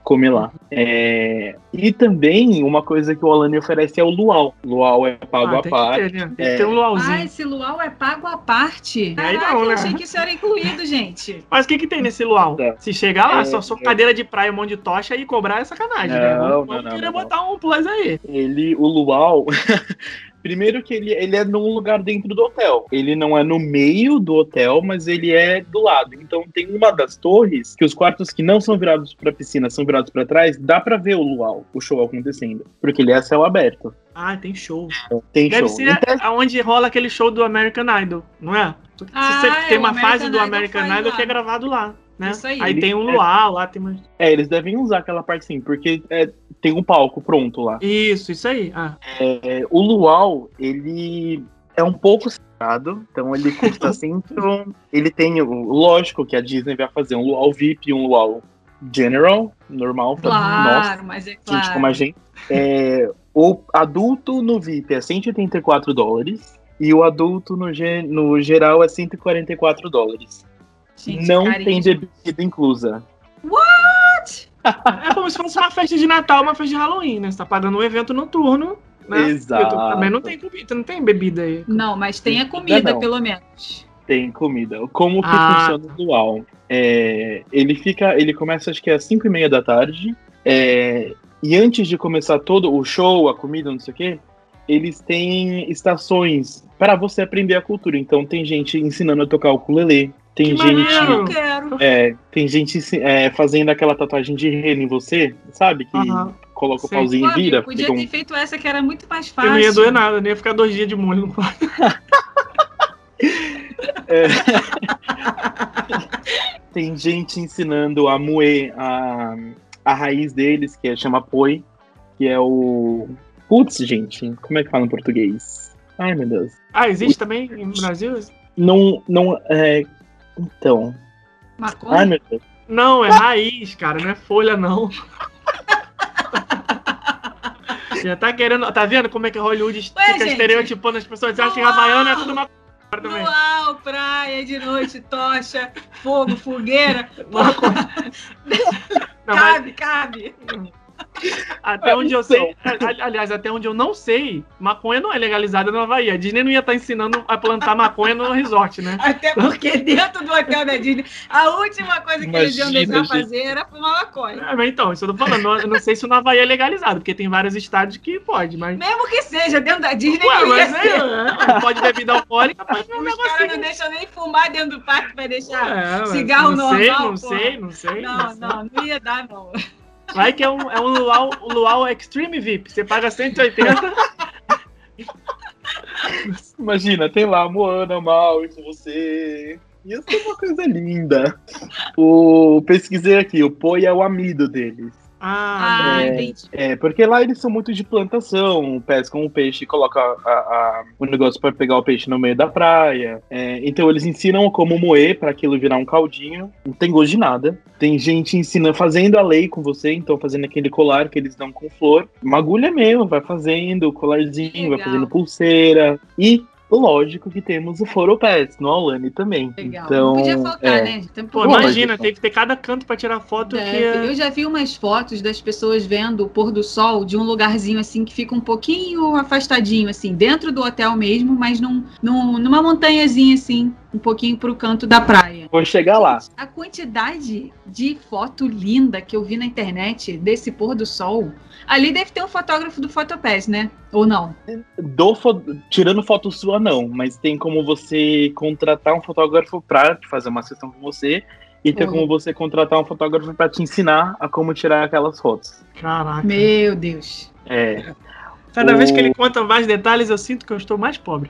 comer lá. E também uma coisa que o Alani oferece é o luau. Luau é pago à tem parte. que ter, né? Tem que ter um luauzinho. Esse luau é pago à parte. Aí Caraca, não, né? eu achei que isso era incluído, gente. Mas o que tem nesse luau? Tá. Se chegar lá, só cadeira de praia, um monte de tocha e cobrar é sacanagem, né? Vamos querer botar um plus aí. O luau... Primeiro que ele é num lugar dentro do hotel. Ele não é no meio do hotel, mas ele é do lado. Então tem uma das torres que os quartos que não são virados pra piscina, são virados pra trás, dá pra ver o luau, o show acontecendo. Porque ele é a céu aberto. Ah, tem show. Tem Deve show. ser onde rola aquele show do American Idol, não é? Tem uma fase do American Idol que é gravado lá, né? Isso aí. Tem um luau lá, tem mais... Eles devem usar aquela parte sim, porque tem um palco pronto lá. Isso aí. O luau, ele é um pouco caro, então ele custa assim, então ele tem, lógico que a Disney vai fazer um luau VIP e um luau general, normal, pra Claro, mas é claro. gente como a gente. O adulto no VIP é $184 e o adulto no geral é $144. Gente, não carinho. tem bebida inclusa. What? É como se fosse uma festa de Natal, uma festa de Halloween, né? Você tá pagando um evento noturno, né? Exato. Também não tem comida, não tem bebida aí. Não, mas tem a comida, Não. pelo menos. Tem comida. Como que funciona o luau? Ele começa acho que às 5:30 da tarde. E antes de começar todo o show, a comida, não sei o quê, eles têm estações para você aprender a cultura. Então tem gente ensinando a tocar o ukulele. Tem Que gente, maneiro! Eu quero. tem gente fazendo aquela tatuagem de rena em você, sabe? Que coloca o Sei. pauzinho e vira. Podia fica ter feito essa que era muito mais Eu fácil. não ia doer nada, nem ia ficar 2 dias de molho no quarto. Tem gente ensinando a moer a raiz deles, que chama poi, que é o... Putz, gente, como é que fala em português? Ai, meu Deus. Existe também no Brasil? Não, então... Maconha? Ai, meu Deus. Não, é raiz, cara, não é folha, não. Já tá querendo... Tá vendo como é que Hollywood fica gente. estereotipando as pessoas? Acham que Havaiana é tudo uma... também. Luau, praia, de noite, tocha, fogo, fogueira. Não, mas Cabe. até onde eu sei, aliás, até onde eu não sei, maconha não é legalizada no Havaí. A Disney não ia estar ensinando a plantar maconha no resort, né? Até porque dentro do hotel da Disney, a última coisa que eles iam deixar fazer era fumar maconha. Mas então, isso eu tô falando. Eu não sei se no Havaí é legalizado, porque tem vários estados que pode, mas... Mesmo que seja dentro da Disney, Ué, não ia mas ser. pode bebida alcoólica, mas não é um Os caras negocinho. não deixam nem fumar dentro do parque, vai deixar Mas cigarro não normal. Não sei. Não ia dar, não. Vai que é um luau Extreme VIP. Você paga 180. Imagina, tem lá Moana, Maui com você. Ia ser uma coisa linda. Pesquisei aqui, o poi é o amido deles. Entendi. Porque lá eles são muito de plantação, pescam o peixe e colocam o negócio para pegar o peixe no meio da praia. Então eles ensinam como moer para aquilo virar um caldinho. Não tem gosto de nada. Tem gente ensinando, fazendo a lei com você, então fazendo aquele colar que eles dão com flor. Uma agulha mesmo, vai fazendo colarzinho, vai fazendo pulseira. E lógico que temos o Foropass no Aulani também. Legal. Então, Não podia faltar, né? Pô, imagina, tem que ter cada canto pra tirar foto. Eu já vi umas fotos das pessoas vendo o pôr do sol de um lugarzinho assim que fica um pouquinho afastadinho, assim, dentro do hotel mesmo, mas numa montanhazinha assim, um pouquinho pro canto da praia. Vou chegar lá. A quantidade de foto linda que eu vi na internet desse pôr do sol, ali deve ter um fotógrafo do Fotopass, né? Ou não? Tirando foto sua, não. Mas tem como você contratar um fotógrafo pra fazer uma sessão com você. E tem como você contratar um fotógrafo pra te ensinar a como tirar aquelas fotos. Caraca. Meu Deus. Cada vez que ele conta mais detalhes, eu sinto que eu estou mais pobre.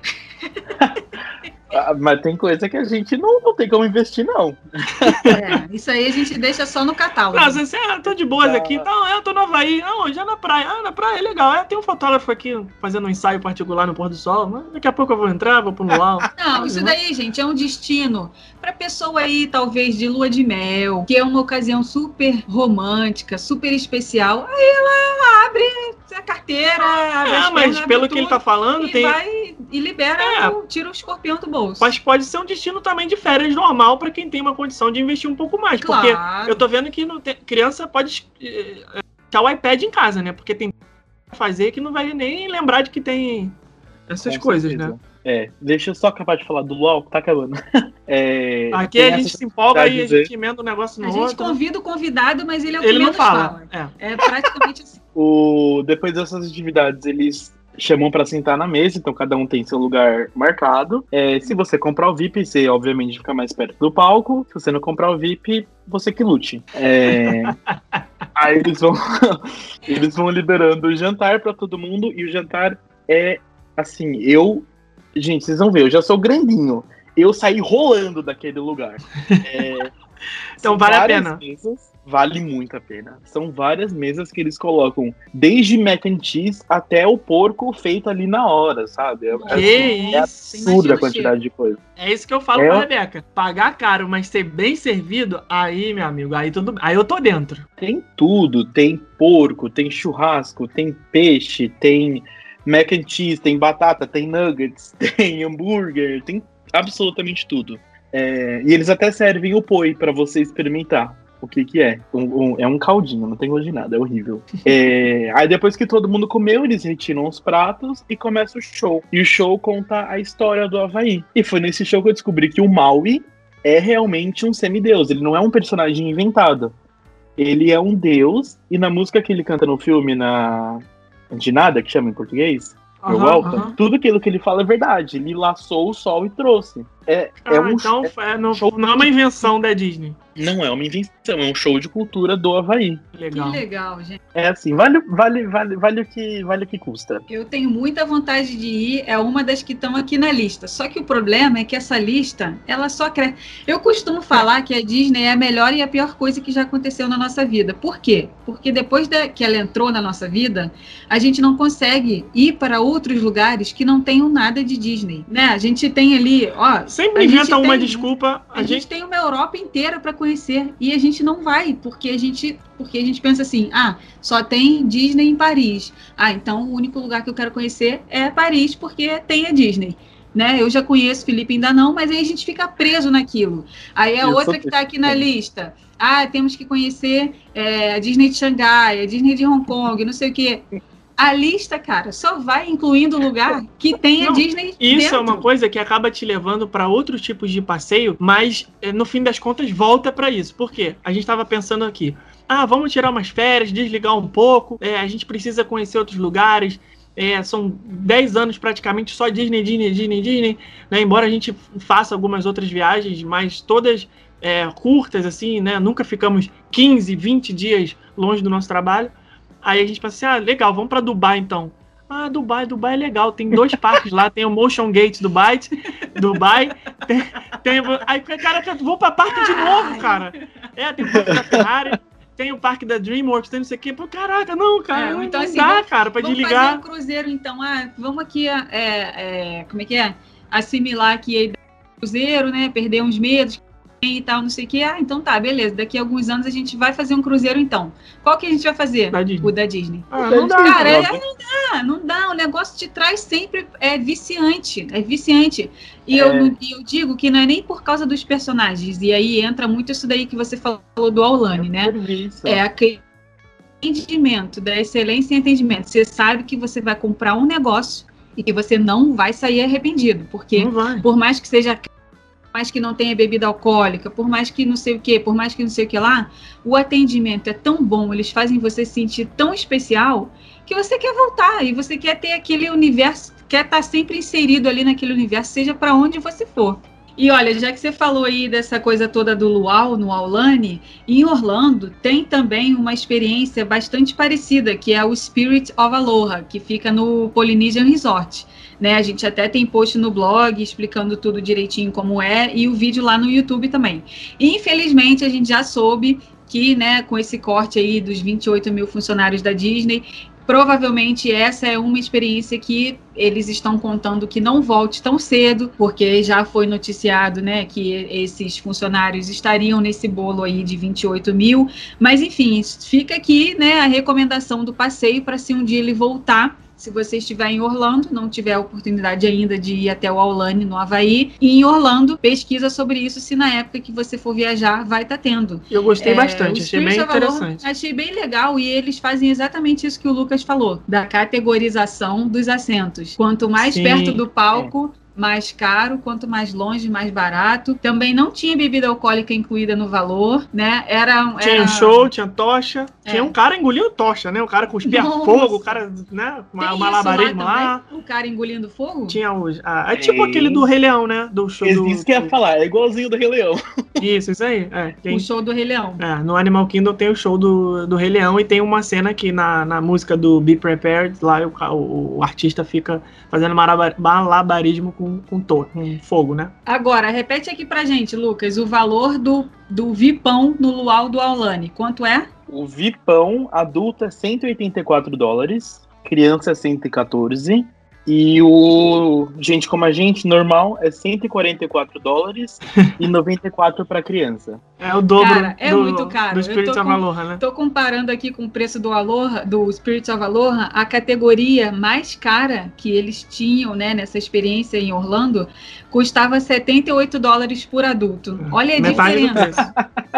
Mas tem coisa que a gente não tem como investir, não. Isso aí a gente deixa só no catálogo. Não, você, eu tô de boas aqui. Não, eu tô no Havaí. Já na praia. Na praia é legal. Tem um fotógrafo aqui fazendo um ensaio particular no pôr do sol. Mas daqui a pouco eu vou entrar, vou pro luau. Não, isso daí, gente, é um destino pra pessoa aí, talvez, de lua de mel, que é uma ocasião super romântica, super especial. Aí ela abre a carteira, abre as Mas pernas, pelo abre que ele tudo tá falando, e vai e libera, tira o escorpião do bolso. Mas pode ser um destino também de férias normal para quem tem uma condição de investir um pouco mais. Claro. Porque eu tô vendo que criança pode deixar o iPad em casa, né? Porque tem fazer que não vai nem lembrar de que tem essas coisas, né? Deixa eu só acabar de falar do LOL, que tá acabando. Aqui a gente se empolga e a gente emenda um negócio no outro. A gente convida o convidado, mas ele é o que ele menos não fala. É praticamente assim. Depois dessas atividades, eles chamam pra sentar na mesa, então cada um tem seu lugar marcado. Se você comprar o VIP, você obviamente fica mais perto do palco. Se você não comprar o VIP, você que lute. Aí eles vão liberando o jantar pra todo mundo, e o jantar é assim, gente, vocês vão ver, eu já sou grandinho. Eu saí rolando daquele lugar. Então vale a pena. Vale muito a pena. São várias mesas que eles colocam, desde mac and cheese até o porco feito ali na hora, sabe? É absurda a quantidade de coisa. É isso que eu falo pra Rebeca. Pagar caro, mas ser bem servido, aí, meu amigo, aí eu tô dentro. Tem tudo. Tem porco, tem churrasco, tem peixe, tem mac and cheese, tem batata, tem nuggets, tem hambúrguer, tem absolutamente tudo. E eles até servem o poi pra você experimentar o que é. É um caldinho, não tem gosto de nada, é horrível. Aí depois que todo mundo comeu, eles retiram os pratos e começa o show. E o show conta a história do Havaí. E foi nesse show que eu descobri que o Maui é realmente um semideus. Ele não é um personagem inventado. Ele é um deus, e na música que ele canta no filme, na Antinada, que chama em português, tudo aquilo que ele fala é verdade. Ele laçou o sol e trouxe. Não é uma invenção da Disney. Não é uma invenção, é um show de cultura do Havaí. Legal. Que legal, gente. É assim, vale o que custa. Eu tenho muita vontade de ir, é uma das que estão aqui na lista. Só que o problema é que essa lista, ela só cresce. Eu costumo falar que a Disney é a melhor e a pior coisa que já aconteceu na nossa vida. Por quê? Porque depois que ela entrou na nossa vida, a gente não consegue ir para outros lugares que não tenham nada de Disney, né? A gente tem ali, sempre inventa uma desculpa. A gente tem uma Europa inteira para conhecer e a gente não vai, porque a gente pensa assim, só tem Disney em Paris. Então o único lugar que eu quero conhecer é Paris, porque tem a Disney. Né? Eu já conheço, Felipe ainda não, mas aí a gente fica preso naquilo. Aí a outra que está aqui na lista. Temos que conhecer a Disney de Xangai, a Disney de Hong Kong, não sei o quê. A lista, cara, só vai incluindo lugar que tem a Disney Isso dentro. É uma coisa que acaba te levando para outros tipos de passeio, mas no fim das contas volta para isso. Por quê? A gente estava pensando aqui, vamos tirar umas férias, desligar um pouco, a gente precisa conhecer outros lugares. São 10 anos praticamente só Disney, né? Embora a gente faça algumas outras viagens, mas todas curtas, assim, né? Nunca ficamos 15, 20 dias longe do nosso trabalho. Aí a gente pensa assim, legal, vamos pra Dubai então. Dubai é legal, tem 2 parques lá, tem o Motion Gate Dubai, aí, cara, vou pra parque de novo, cara. Tem o parque da Ferrari, tem o parque da DreamWorks, tem não sei o quê. Pô, caraca, não, cara, não assim, dá, cara, pra desligar. Vamos fazer um cruzeiro então, vamos aqui, como é que é? Assimilar aqui a ideia do cruzeiro, né, perder uns medos e tal, não sei o que. Então tá, beleza. Daqui a alguns anos a gente vai fazer um cruzeiro, então. Qual que a gente vai fazer? O da Disney. Não dá. Cara, não dá. O negócio te traz sempre... É viciante. E eu digo que não é nem por causa dos personagens. E aí entra muito isso daí que você falou do Aulani, né? Aquele entendimento, da excelência e entendimento. Você sabe que você vai comprar um negócio e que você não vai sair arrependido. Porque por mais que seja... Por mais que não tenha bebida alcoólica, por mais que não sei o que, por mais que não sei o que lá, o atendimento é tão bom, eles fazem você se sentir tão especial, que você quer voltar, e você quer ter aquele universo, quer estar sempre inserido ali naquele universo, seja para onde você for. E olha, já que você falou aí dessa coisa toda do luau, no Aulani, em Orlando tem também uma experiência bastante parecida, que é o Spirit of Aloha, que fica no Polynesian Resort. Né, a gente até tem post no blog explicando tudo direitinho como é, e o vídeo lá no YouTube também. E, infelizmente, a gente já soube que, né, com esse corte aí dos 28 mil funcionários da Disney, provavelmente essa é uma experiência que eles estão contando que não volte tão cedo, porque já foi noticiado, né, que esses funcionários estariam nesse bolo aí de 28 mil. Mas, enfim, fica aqui, né, a recomendação do passeio para se um dia ele voltar, se você estiver em Orlando, não tiver a oportunidade ainda de ir até o Aulane, no Havaí, e em Orlando, pesquisa sobre isso, se na época que você for viajar vai estar tendo. Eu gostei bastante, o achei bem Spirits of Aloha, interessante. achei bem legal, e eles fazem exatamente isso que o Lucas falou, da categorização dos assentos. Quanto mais Sim, perto do palco, mais caro, quanto mais longe, mais barato. Também não tinha bebida alcoólica incluída no valor, né? Tinha um show, tinha tocha. Tinha um cara engolindo tocha, né? O cara cuspia fogo, o cara, né? Tem malabarismo isso lá. O cara engolindo fogo? Tinha os. É tipo aquele do Rei Leão, né? Do show Isso que eu ia falar, é igualzinho do Rei Leão. Isso aí. O show do Rei Leão. No Animal Kingdom tem o show do Rei Leão e tem uma cena que na música do Be Prepared, lá o artista fica fazendo malabarismo com fogo, né? Agora, repete aqui pra gente, Lucas, o valor do Vipão no Luau do Aulane. Quanto é? O Vipão adulto é $184, criança é 114, e o gente como a gente, normal, é $144 e 94 para criança. É o dobro. Cara, muito caro. Do Spirits of Aloha, né? Tô comparando aqui com o preço do Spirits of Aloha, a categoria mais cara que eles tinham, né, nessa experiência em Orlando, custava $78 por adulto. Olha a metade diferença.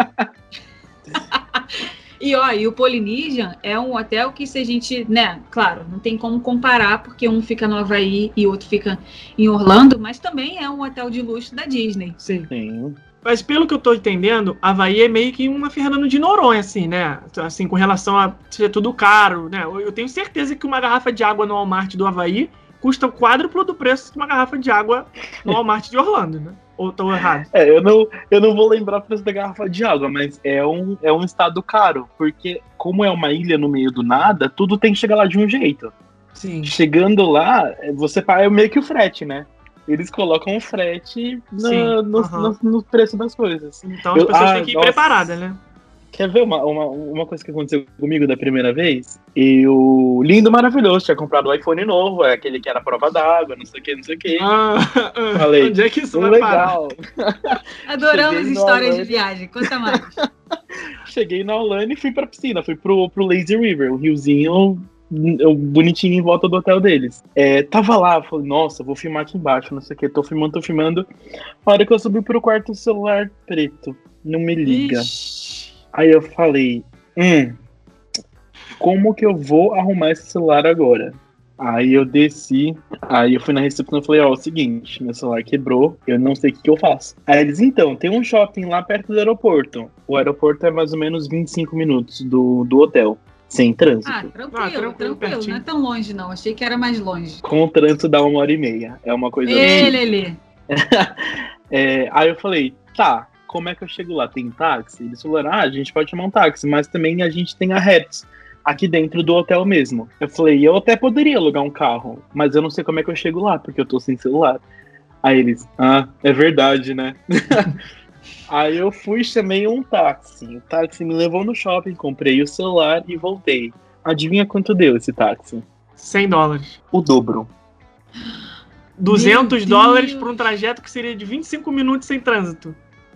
E o Polynesian é um hotel que, se a gente, né, claro, não tem como comparar, porque um fica no Havaí e outro fica em Orlando, mas também é um hotel de luxo da Disney. Sim. Mas pelo que eu tô entendendo, Havaí é meio que uma Fernando de Noronha, assim, né? Assim, com relação a ser tudo caro, né? Eu tenho certeza que uma garrafa de água no Walmart do Havaí custa o quádruplo do preço de uma garrafa de água no Walmart de Orlando, né? Ou tô errado? Eu não vou lembrar o preço da garrafa de água, mas é um estado caro, porque como é uma ilha no meio do nada, tudo tem que chegar lá de um jeito. Sim. Chegando lá, você paga meio que o frete, né? Eles colocam o frete no preço das coisas. Então as pessoas têm que ir preparadas, né? Quer ver uma coisa que aconteceu comigo da primeira vez? Eu, lindo, maravilhoso, tinha comprado um iPhone novo, aquele que era prova d'água, não sei o que. Falei, onde é que isso vai parar? Adoramos histórias de viagem, conta mais. Cheguei na Aulane e fui pra piscina, fui pro Lazy River, um riozinho bonitinho em volta do hotel deles. Tava lá, falei, nossa, vou filmar aqui embaixo, não sei o que, tô filmando. A hora que eu subi pro quarto, o celular preto, não me liga. Ixi. Aí eu falei, como que eu vou arrumar esse celular agora? Aí eu desci, aí eu fui na recepção e falei, é o seguinte, meu celular quebrou, eu não sei o que eu faço. Aí eles, então, tem um shopping lá perto do aeroporto. O aeroporto é mais ou menos 25 minutos do hotel, sem trânsito. Tranquilo, não é tão longe não, achei que era mais longe. Com o trânsito dá 1h30, é uma coisa assim. Lelê. Aí eu falei, tá, como é que eu chego lá? Tem táxi? Eles falaram, a gente pode chamar um táxi, mas também a gente tem a Hertz aqui dentro do hotel mesmo. Eu falei, eu até poderia alugar um carro, mas eu não sei como é que eu chego lá, porque eu tô sem celular. Aí eles, é verdade, né? Aí eu fui e chamei um táxi. O táxi me levou no shopping, comprei o celular e voltei. Adivinha quanto deu esse táxi? $100. O dobro. $200 por um trajeto que seria de 25 minutos sem trânsito.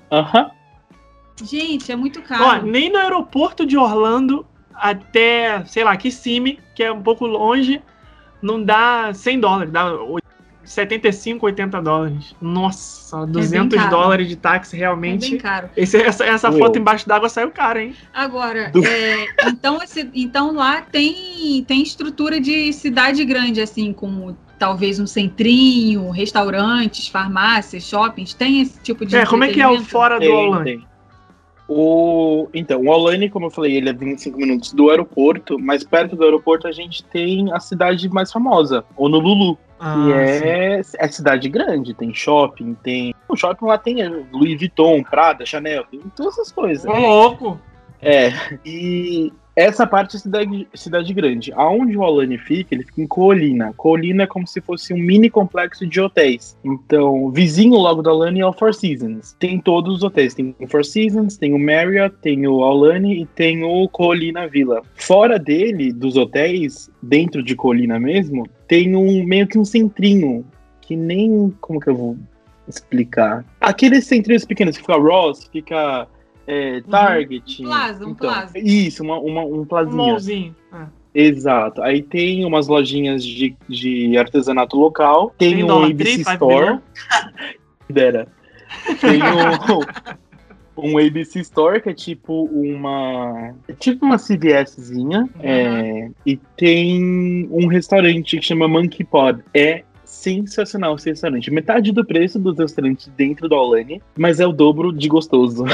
Gente, é muito caro. Nem no aeroporto de Orlando até, sei lá, Kissimmee, que é um pouco longe, não dá $100, dá $75, $80. Nossa, $200 de táxi, realmente. É bem caro. Essa foto embaixo d'água saiu cara, hein? Agora, então lá tem estrutura de cidade grande, assim, como talvez um centrinho, restaurantes, farmácias, shoppings, tem esse tipo de como é que é o fora do Aulane? Então, o Aulane, como eu falei, ele é 25 minutos do aeroporto, mas perto do aeroporto a gente tem a cidade mais famosa, Honolulu, que é cidade grande, tem shopping, o shopping lá tem Louis Vuitton, Prada, Chanel, tem todas essas coisas. Ô, louco! E essa parte é cidade grande. Aonde o Aulane fica, ele fica em Ko-Olina. Ko-Olina é como se fosse um mini complexo de hotéis. Então, vizinho logo do Aulane é o Four Seasons. Tem todos os hotéis. Tem o Four Seasons, tem o Marriott, tem o Aulane e tem o Ko-Olina Villa. Fora dele, dos hotéis, dentro de Ko-Olina mesmo, tem meio que um centrinho, que nem... Como que eu vou explicar? Aqueles centrinhos pequenos, que fica Ross, fica... Target. Um plaza. Isso, um plazinho. Um mallzinho. Exato. Aí tem umas lojinhas de artesanato local. Tem um Dollar ABC Tree, Five Store. Dera. Tem um ABC Store, que é tipo uma CVSzinha. E tem um restaurante que chama Monkey Pod. É sensacional esse restaurante. Metade do preço dos restaurantes dentro do Aulani, mas é o dobro de gostoso.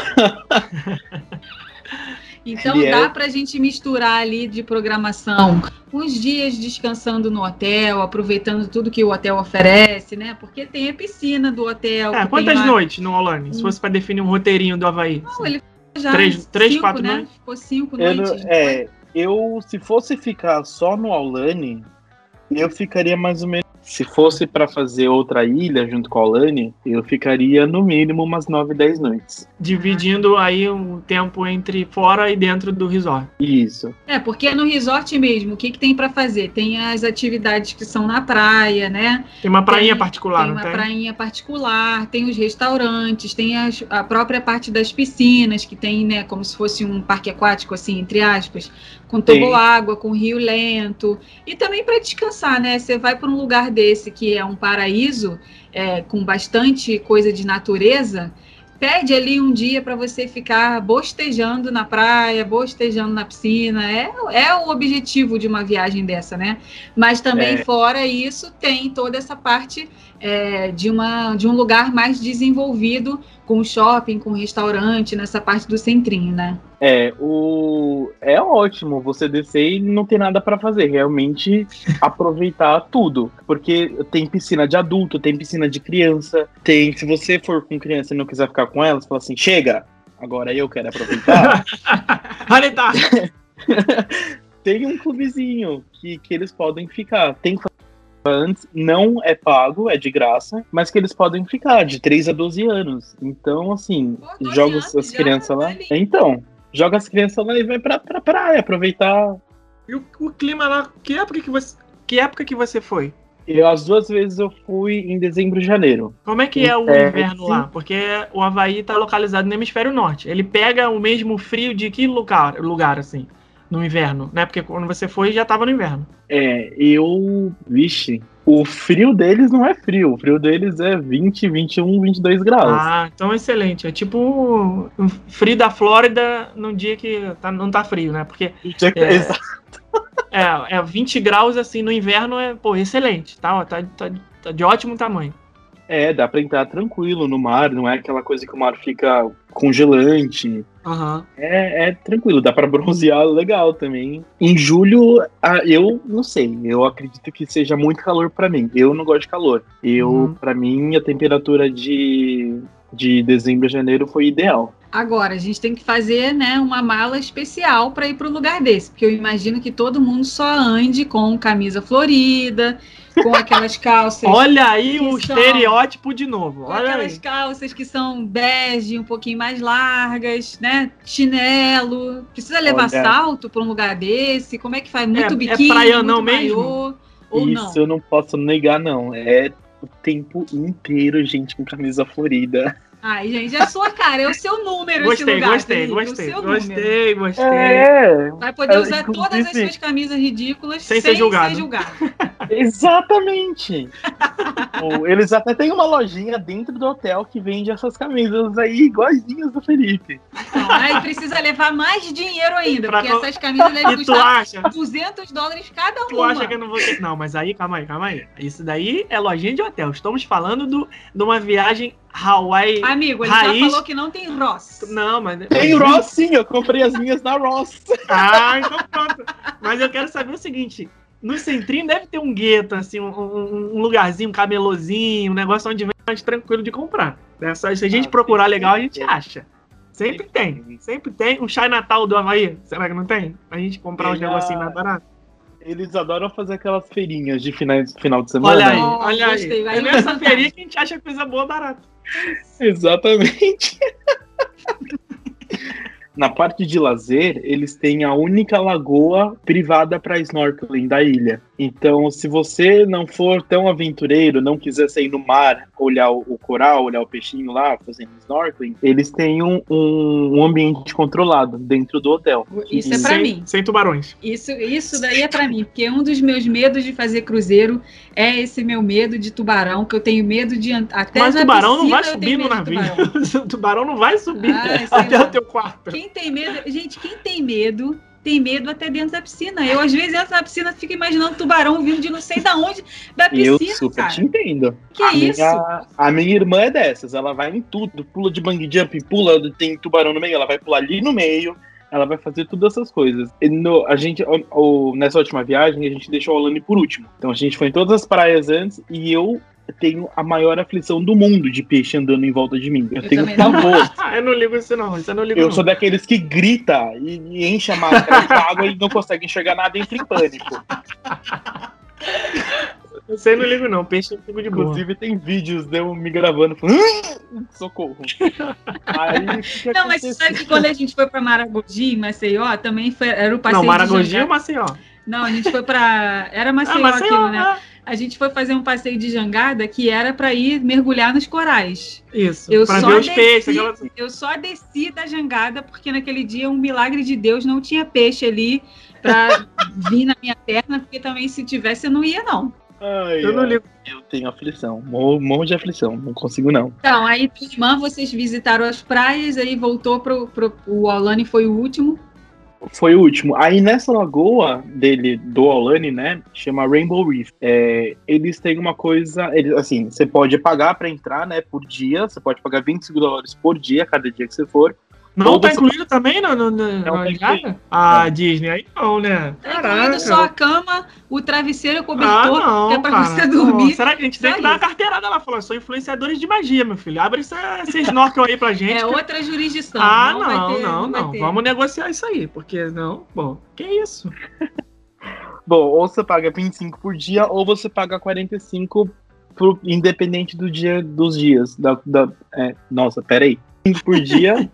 Então dá pra gente misturar ali de programação uns dias descansando no hotel, aproveitando tudo que o hotel oferece, né? Porque tem a piscina do hotel. Quantas noites no Aulani? Se fosse pra definir um roteirinho do Havaí. Não, ele já 4 né? noites? Ficou 5 noites. Eu, se fosse ficar só no Aulani, eu ficaria mais ou menos... Se fosse pra fazer outra ilha junto com a Aulani, eu ficaria no mínimo umas 9, 10 noites. Dividindo aí um tempo entre fora e dentro do resort. Isso. Porque no resort mesmo, o que tem pra fazer? Tem as atividades que são na praia, né? Tem uma prainha particular, não tem? Tem uma prainha particular, tem os restaurantes, tem a própria parte das piscinas, que tem, né, como se fosse um parque aquático, assim, entre aspas, com toboágua, com rio lento. E também para descansar, né? Você vai para um lugar desse que é um paraíso, com bastante coisa de natureza, pede ali um dia para você ficar bostejando na praia, bostejando na piscina. É o objetivo de uma viagem dessa, né? Mas também, fora isso, tem toda essa parte de um lugar mais desenvolvido, com shopping, com restaurante, nessa parte do centrinho, né? É ótimo você descer e não ter nada para fazer, realmente aproveitar tudo, porque tem piscina de adulto, tem piscina de criança, se você for com criança e não quiser ficar com elas, fala assim, chega, agora eu quero aproveitar. Tem um clubezinho que eles podem ficar, tem antes, não é pago, é de graça, mas que eles podem ficar de 3 a 12 anos. Então, assim, joga as crianças lá. Então, joga as crianças lá e vai pra praia, aproveitar. E o clima lá, que época que você foi? As 2 vezes eu fui em dezembro e janeiro. Como é que é o inverno lá? Porque o Havaí tá localizado no hemisfério norte. Ele pega o mesmo frio de que lugar assim? No inverno, né? Porque quando você foi, já tava no inverno. Vixe, o frio deles não é frio. O frio deles é 20, 21, 22 graus. Ah, então excelente. É tipo o frio da Flórida num dia que não tá frio, né? Porque Exato. 20 graus assim no inverno excelente. Tá de ótimo tamanho. Dá pra entrar tranquilo no mar, não é aquela coisa que o mar fica congelante. Uhum. É tranquilo, dá pra bronzear legal também. Em julho, eu não sei, eu acredito que seja muito calor pra mim. Eu não gosto de calor. Pra mim, a temperatura de dezembro a janeiro foi ideal. Agora, a gente tem que fazer, né, uma mala especial para ir para um lugar desse, porque eu imagino que todo mundo só ande com camisa florida, com aquelas calças. Olha aí o estereótipo de novo. Com aquelas calças que são bege, um pouquinho mais largas, né? Chinelo. Precisa levar salto para um lugar desse? Como é que faz? Muito biquíni, praia muito não maiô, mesmo? ou Isso não? Eu não posso negar, não. É o tempo inteiro, gente, com camisa florida. Ai, gente, é a sua cara, é o seu número esse Gostei. lugar. Gostei. Vai poder usar todas as suas camisas ridículas sem ser julgado. Exatamente. Eles até têm uma lojinha dentro do hotel que vende essas camisas aí, iguaizinhas do Felipe. Então, aí precisa levar mais dinheiro ainda, porque essas camisas devem custar $200 cada uma. Tu acha que eu não vou ter... Não, mas aí, calma aí. Isso daí é lojinha de hotel. Estamos falando de uma viagem Hawaii. Amigo, ele raiz. já falou que não tem Ross. Não, mas... Tem Ross sim, eu comprei as minhas na Ross. Então pronto. Mas eu quero saber o seguinte... No centrinho deve ter um gueto, assim, um lugarzinho, um camelôzinho, um negócio onde vem mais tranquilo de comprar. Se a gente procurar legal, a gente acha. Sempre tem. Um chá Natal do Havaí. Será que não tem? A gente comprar uns negocinhos mais baratos. Eles adoram fazer aquelas feirinhas de final de semana. Olha aí. É nessa feirinha que a gente acha coisa boa barata. Exatamente. Na parte de lazer, eles têm a única lagoa privada para snorkeling da ilha. Então, se você não for tão aventureiro, não quiser sair no mar, olhar o coral, olhar o peixinho lá, fazendo snorkeling, eles têm um ambiente controlado dentro do hotel. Isso é pra mim. Sem tubarões. Isso daí é pra mim, porque um dos meus medos de fazer cruzeiro é esse meu medo de tubarão, que eu tenho medo de até Mas o na tubarão não piscina vai eu subir tenho no medo de navio. tubarão. O tubarão não vai subir Ai, sei até lá. o teu quarto. Quem tem medo, gente, tem medo até dentro da piscina. Eu, às vezes, entro na piscina e fico imaginando tubarão vindo de não sei da onde da piscina, Eu super cara. te entendo. Que isso? A minha irmã é dessas, ela vai em tudo, pula de bungee jump, pula, tem tubarão no meio, ela vai pular ali no meio, ela vai fazer todas essas coisas. E nessa última viagem, a gente deixou a Alane por último. Então a gente foi em todas as praias antes e eu tenho a maior aflição do mundo de peixe andando em volta de mim. Eu tenho também não. pavor. Eu não ligo isso não, isso eu não ligo Eu não. sou daqueles que grita e enche a máscara de água e não consegue enxergar nada e entra em pânico. Isso aí eu não ligo não, peixe eu fico de boa. Inclusive tem vídeos de eu me gravando falando socorro. Aí, que Não, mas você sabe que quando a gente foi pra Maragogi, em Maceió, também era o passeio Não, Maragogi de ou jangada. Maceió? Não, a gente foi pra... Era Maceió, aquilo, né? A gente foi fazer um passeio de jangada que era pra ir mergulhar nos corais. Isso, Eu pra só ver os peixes. Eu só desci da jangada porque naquele dia, um milagre de Deus, não tinha peixe ali pra vir na minha perna, porque também se tivesse eu não ia, não. Ai, Eu não ligo. Eu tenho aflição, morro de aflição, não consigo não. Então, aí tua irmã, vocês visitaram as praias, aí voltou o Aulane foi o último. Foi o último. Aí nessa lagoa do Aulane, né, chama Rainbow Reef. Eles têm uma coisa, assim, você pode pagar pra entrar, né, por dia, você pode pagar $25 por dia, cada dia que você for. Não Ou tá você- incluído também na tá ligada? incluído. A Disney aí não, né? Tá incluído só a cama, o travesseiro e o cobertor, não, que é pra cara. você dormir. Pô, será que a gente tem Só que dar uma isso. carteirada lá? Falou, sou influenciadores de magia, meu filho. Abre esse snorkel aí pra gente. É que- outra jurisdição. Não, vai ter, não. vai ter. Vamos negociar isso aí, porque não, bom, que isso? Bom, ou você paga 25 por dia, ou você paga 45 independente dos dias. Nossa, peraí. 5 por dia,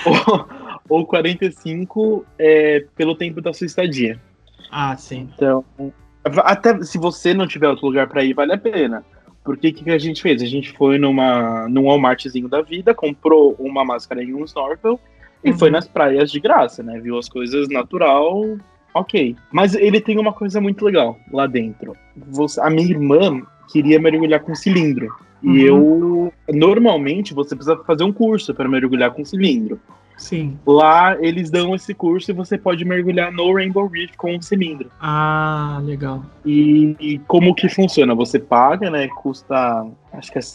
ou 45 pelo tempo da sua estadia. Ah, sim. Então, até se você não tiver outro lugar pra ir, vale a pena. Porque o que a gente fez? A gente foi num Walmartzinho da vida, comprou uma máscara e um snorkel e foi nas praias de graça, né? Viu as coisas natural, ok. Mas ele tem uma coisa muito legal lá dentro. A minha irmã queria mergulhar com cilindro. E normalmente, você precisa fazer um curso para mergulhar com cilindro. Sim. Lá, eles dão esse curso e você pode mergulhar no Rainbow Reef com um cilindro. Ah, legal. E como que funciona? Você paga, né? Custa, acho que é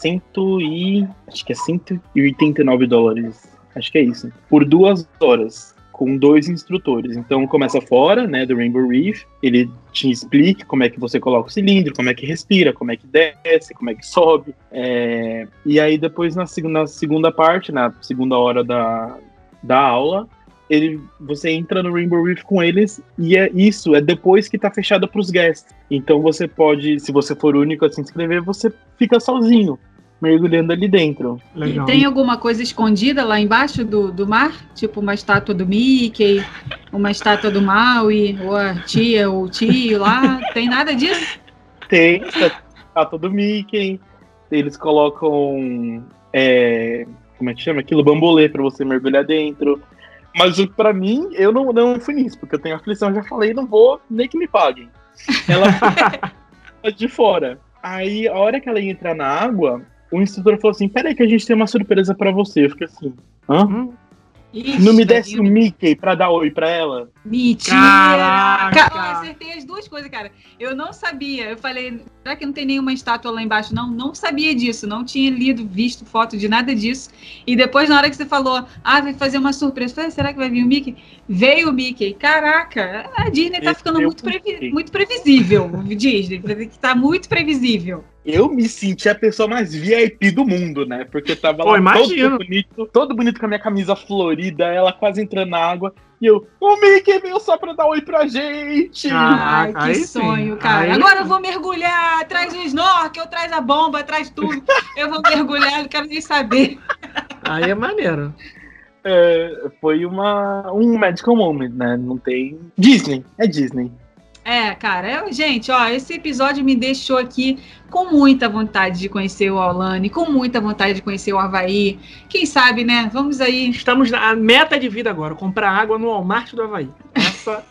$189. Acho que é isso. Por 2 horas, com 2 instrutores. Então começa fora, né, do Rainbow Reef. Ele te explica como é que você coloca o cilindro, como é que respira, como é que desce, como é que sobe. E aí depois na segunda parte, na segunda hora da aula, você entra no Rainbow Reef com eles e isso é depois que tá fechado pros guests. Então você pode, se você for o único a se inscrever, você fica sozinho, mergulhando ali dentro. Legal. E tem alguma coisa escondida lá embaixo do mar? Tipo uma estátua do Mickey, uma estátua do Maui, ou a tia ou o tio lá? Tem nada disso? Tem estátua do Mickey, eles colocam como é que chama? Aquilo, bambolê pra você mergulhar dentro. Mas pra mim, eu não fui nisso, porque eu tenho aflição, eu já falei, não vou nem que me paguem. Ela fica de fora. Aí, a hora que ela ia entrar na água, o instrutor falou assim, peraí que a gente tem uma surpresa pra você. Eu fiquei assim, hã? Ixi, Não me desse o Mickey pra dar oi pra ela? Mentira! Caraca! Eu acertei as duas coisas, cara. Eu não sabia. Eu falei, será que não tem nenhuma estátua lá embaixo? Não sabia disso. Não tinha visto foto de nada disso. E depois, na hora que você falou, vai fazer uma surpresa, eu falei, será que vai vir o Mickey? Veio o Mickey. Caraca, a Disney tá ficando muito previsível. Disney, que tá muito previsível. Eu me senti a pessoa mais VIP do mundo, né? Porque eu tava Pô, lá imagino. todo bonito com a minha camisa florida, ela quase entrando na água. E eu, o Mickey veio só pra dar oi pra gente. Ai, que aí sim. sonho, cara. Aí Agora sim. eu vou mergulhar, traz o snorkel, traz a bomba, traz tudo. Eu vou mergulhar, não quero nem saber. Aí é maneiro. Foi um magical moment, né? Não tem... Disney, é Disney. Cara, gente, ó, esse episódio me deixou aqui com muita vontade de conhecer o Aulani, com muita vontade de conhecer o Havaí. Quem sabe, né? Vamos aí. Estamos na meta de vida agora, comprar água no Walmart do Havaí. Essa...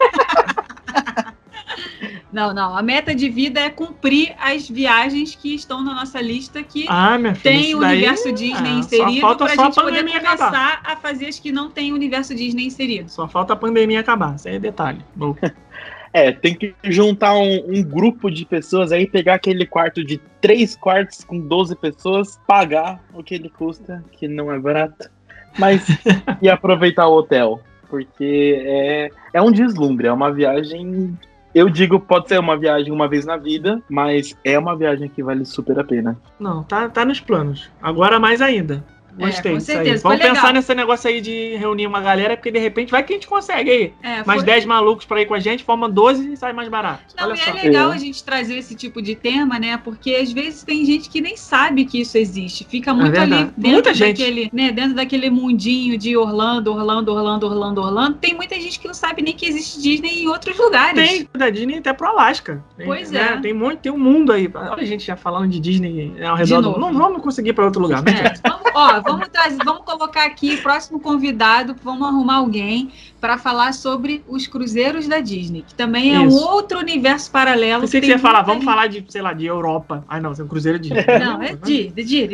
Não, a meta de vida é cumprir as viagens que estão na nossa lista, que minha filha, tem o universo Disney inserido, pra gente poder começar a fazer as que não tem o universo Disney inserido. Só falta a pandemia acabar, esse aí é detalhe. Tem que juntar um grupo de pessoas aí, pegar aquele quarto de 3 quartos com 12 pessoas, pagar o que ele custa, que não é barato, mas e aproveitar o hotel, porque é um deslumbre, é uma viagem... Eu digo, pode ser uma viagem uma vez na vida, mas é uma viagem que vale super a pena. Não, tá nos planos. Agora mais ainda. Gostei com disso certeza. aí. Vamos pensar nesse negócio aí de reunir uma galera, porque de repente vai que a gente consegue aí. Mais 10 malucos pra ir com a gente, forma 12 e sai mais barato. Não, olha só. É legal a gente trazer esse tipo de tema, né? Porque às vezes tem gente que nem sabe que isso existe. Fica muito ali dentro daquele mundinho de Orlando. Tem muita gente que não sabe nem que existe Disney em outros lugares. Tem, da Disney até pro Alasca. Pois né? Tem um mundo aí. Olha a gente já falando de Disney ao redor do... Não vamos conseguir ir pra outro lugar. Vamos colocar aqui, próximo convidado, vamos arrumar alguém para falar sobre os cruzeiros da Disney, que também é um outro universo paralelo. Você ia falar, vamos falar de, sei lá, de Europa. Não, é um cruzeiro de Disney. Não, é de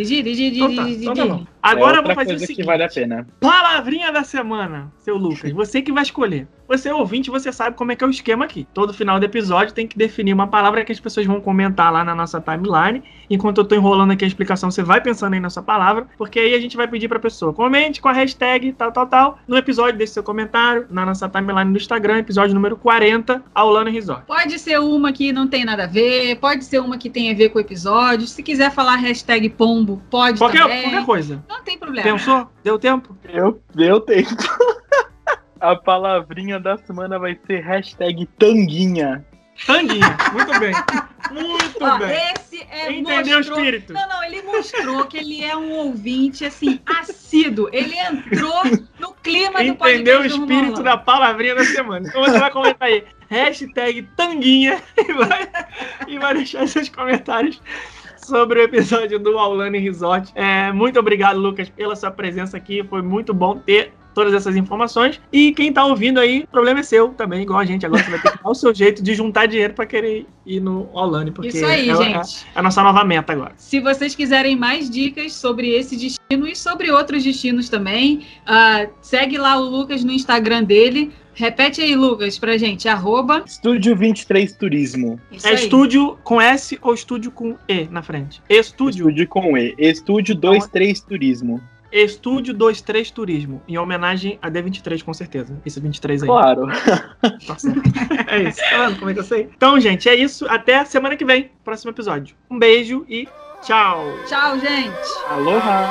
Disney. Agora eu vou fazer o seguinte. Que vale a pena. Palavrinha da semana, seu Lucas. Você que vai escolher. Você é ouvinte, você sabe como é que é o esquema aqui. Todo final do episódio tem que definir uma palavra que as pessoas vão comentar lá na nossa timeline. Enquanto eu tô enrolando aqui a explicação, você vai pensando aí na sua palavra, porque aí a gente vai pedir pra pessoa. Comente com a hashtag tal. No episódio, deixe seu comentário na nossa timeline do Instagram, episódio número 40, Aulani Resort. Pode ser uma que não tem nada a ver, pode ser uma que tem a ver com o episódio. Se quiser falar hashtag pombo, pode também. Qualquer coisa. Não tem problema. Pensou? Deu tempo? Deu tempo. A palavrinha da semana vai ser hashtag tanguinha. Tanguinha, muito bem. Muito bem. Esse entendeu o espírito. Não, ele mostrou que ele é um ouvinte, assim, assíduo. Ele entrou no clima do podcast. Entendeu o espírito da palavrinha da semana. Então você vai comentar aí, hashtag tanguinha, e vai deixar seus comentários sobre o episódio do Aulani Resort. Muito obrigado, Lucas, pela sua presença aqui. Foi muito bom ter todas essas informações. E quem tá ouvindo aí, o problema é seu também, igual a gente. Agora você vai ter que dar o seu jeito de juntar dinheiro pra querer ir no Aulani, porque isso aí, gente. É a nossa nova meta agora. Se vocês quiserem mais dicas sobre esse destino e sobre outros destinos também, segue lá o Lucas no Instagram dele. Repete aí, Lucas, pra gente, Estúdio 23 Turismo. Estúdio com S ou estúdio com E na frente? Estúdio com E. Estúdio 23 Turismo. Estúdio 23 Turismo, em homenagem a D23, com certeza. Esse 23 aí. Claro. Tá certo. É isso. Tá vendo como é que eu sei? Então, gente, é isso. Até semana que vem, próximo episódio. Um beijo e tchau. Tchau, gente. Aloha.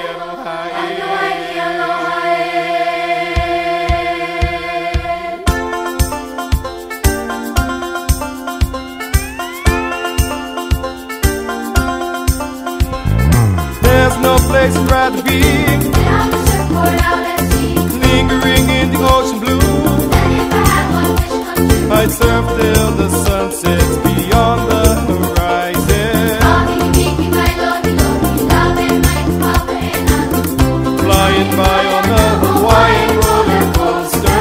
There's no place I'd rather be on the surfboard out at sea, lingering in the ocean blue. and if I had one wish come true, I'd surf till the sun sets beyond the horizon, Bobby, Mickey, my love, love and my papa and I, flying by on the Hawaiian roller coaster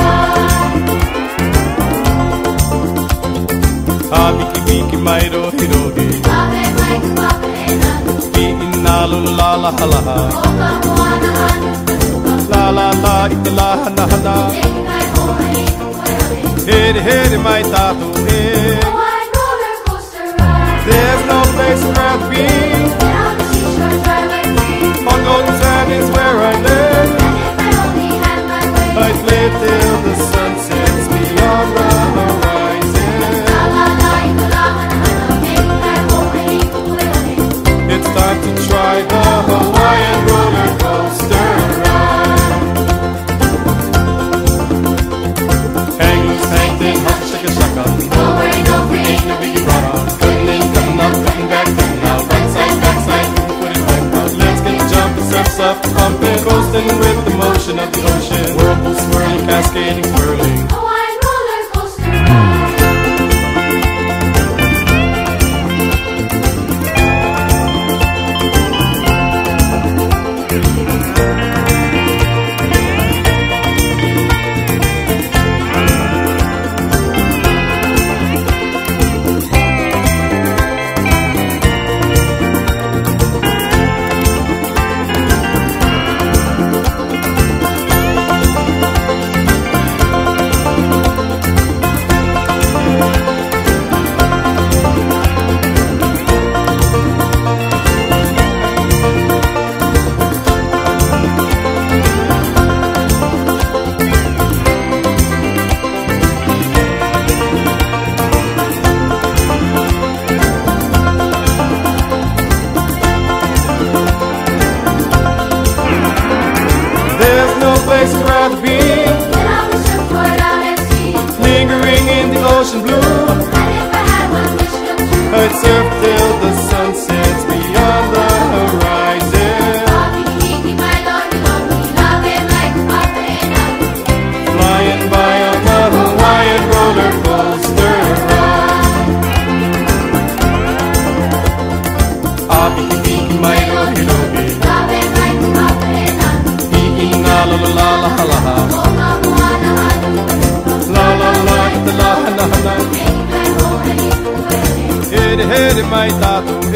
ride. Miki Miki Mairo Hirohi, Bob and Mike, papa and I, Nalu la la la la Oka Moana Hanu, la la la itala hana hana take my home and eat from where Heri heri mai tatu e Hawaiian roller coaster ride, There's no place I'd rather be down the seashore drive like free, On golden sand is where I live and if I only had my way, I'd play till the sun sets beyond the horizon. la la la, itala hana, take my home and eat from where It's time to try the Hawaiian roller coaster ride. Hang loose, hang thin, hop, shaka, shaka. no worry, no free, ain't no biggie rock. Cutting in, cutting up, cutting back, cutting out. Right side, back side, put it back out. Let's get the jump, surfs up, pumping, coasting with the motion of the ocean. Whirlpool swirling, cascading, swirling. Hawaiian roller coaster ride. rather be Then I would surf right out at sea. lingering in the ocean blue. And if I had one wish come true, I'd surf till the sun sets beyond the horizon. Kiki, my lord, you know me, love him like a papa and I. Flying by on the Hawaiian roller coaster ride. Abiki biki my lord, you know me. Love him like a papa and I. Hiki na la la la la la la. Oh, no, moana, hanu. La la la la la la la. Take me back home and eat the way. Hede hede mai tatu,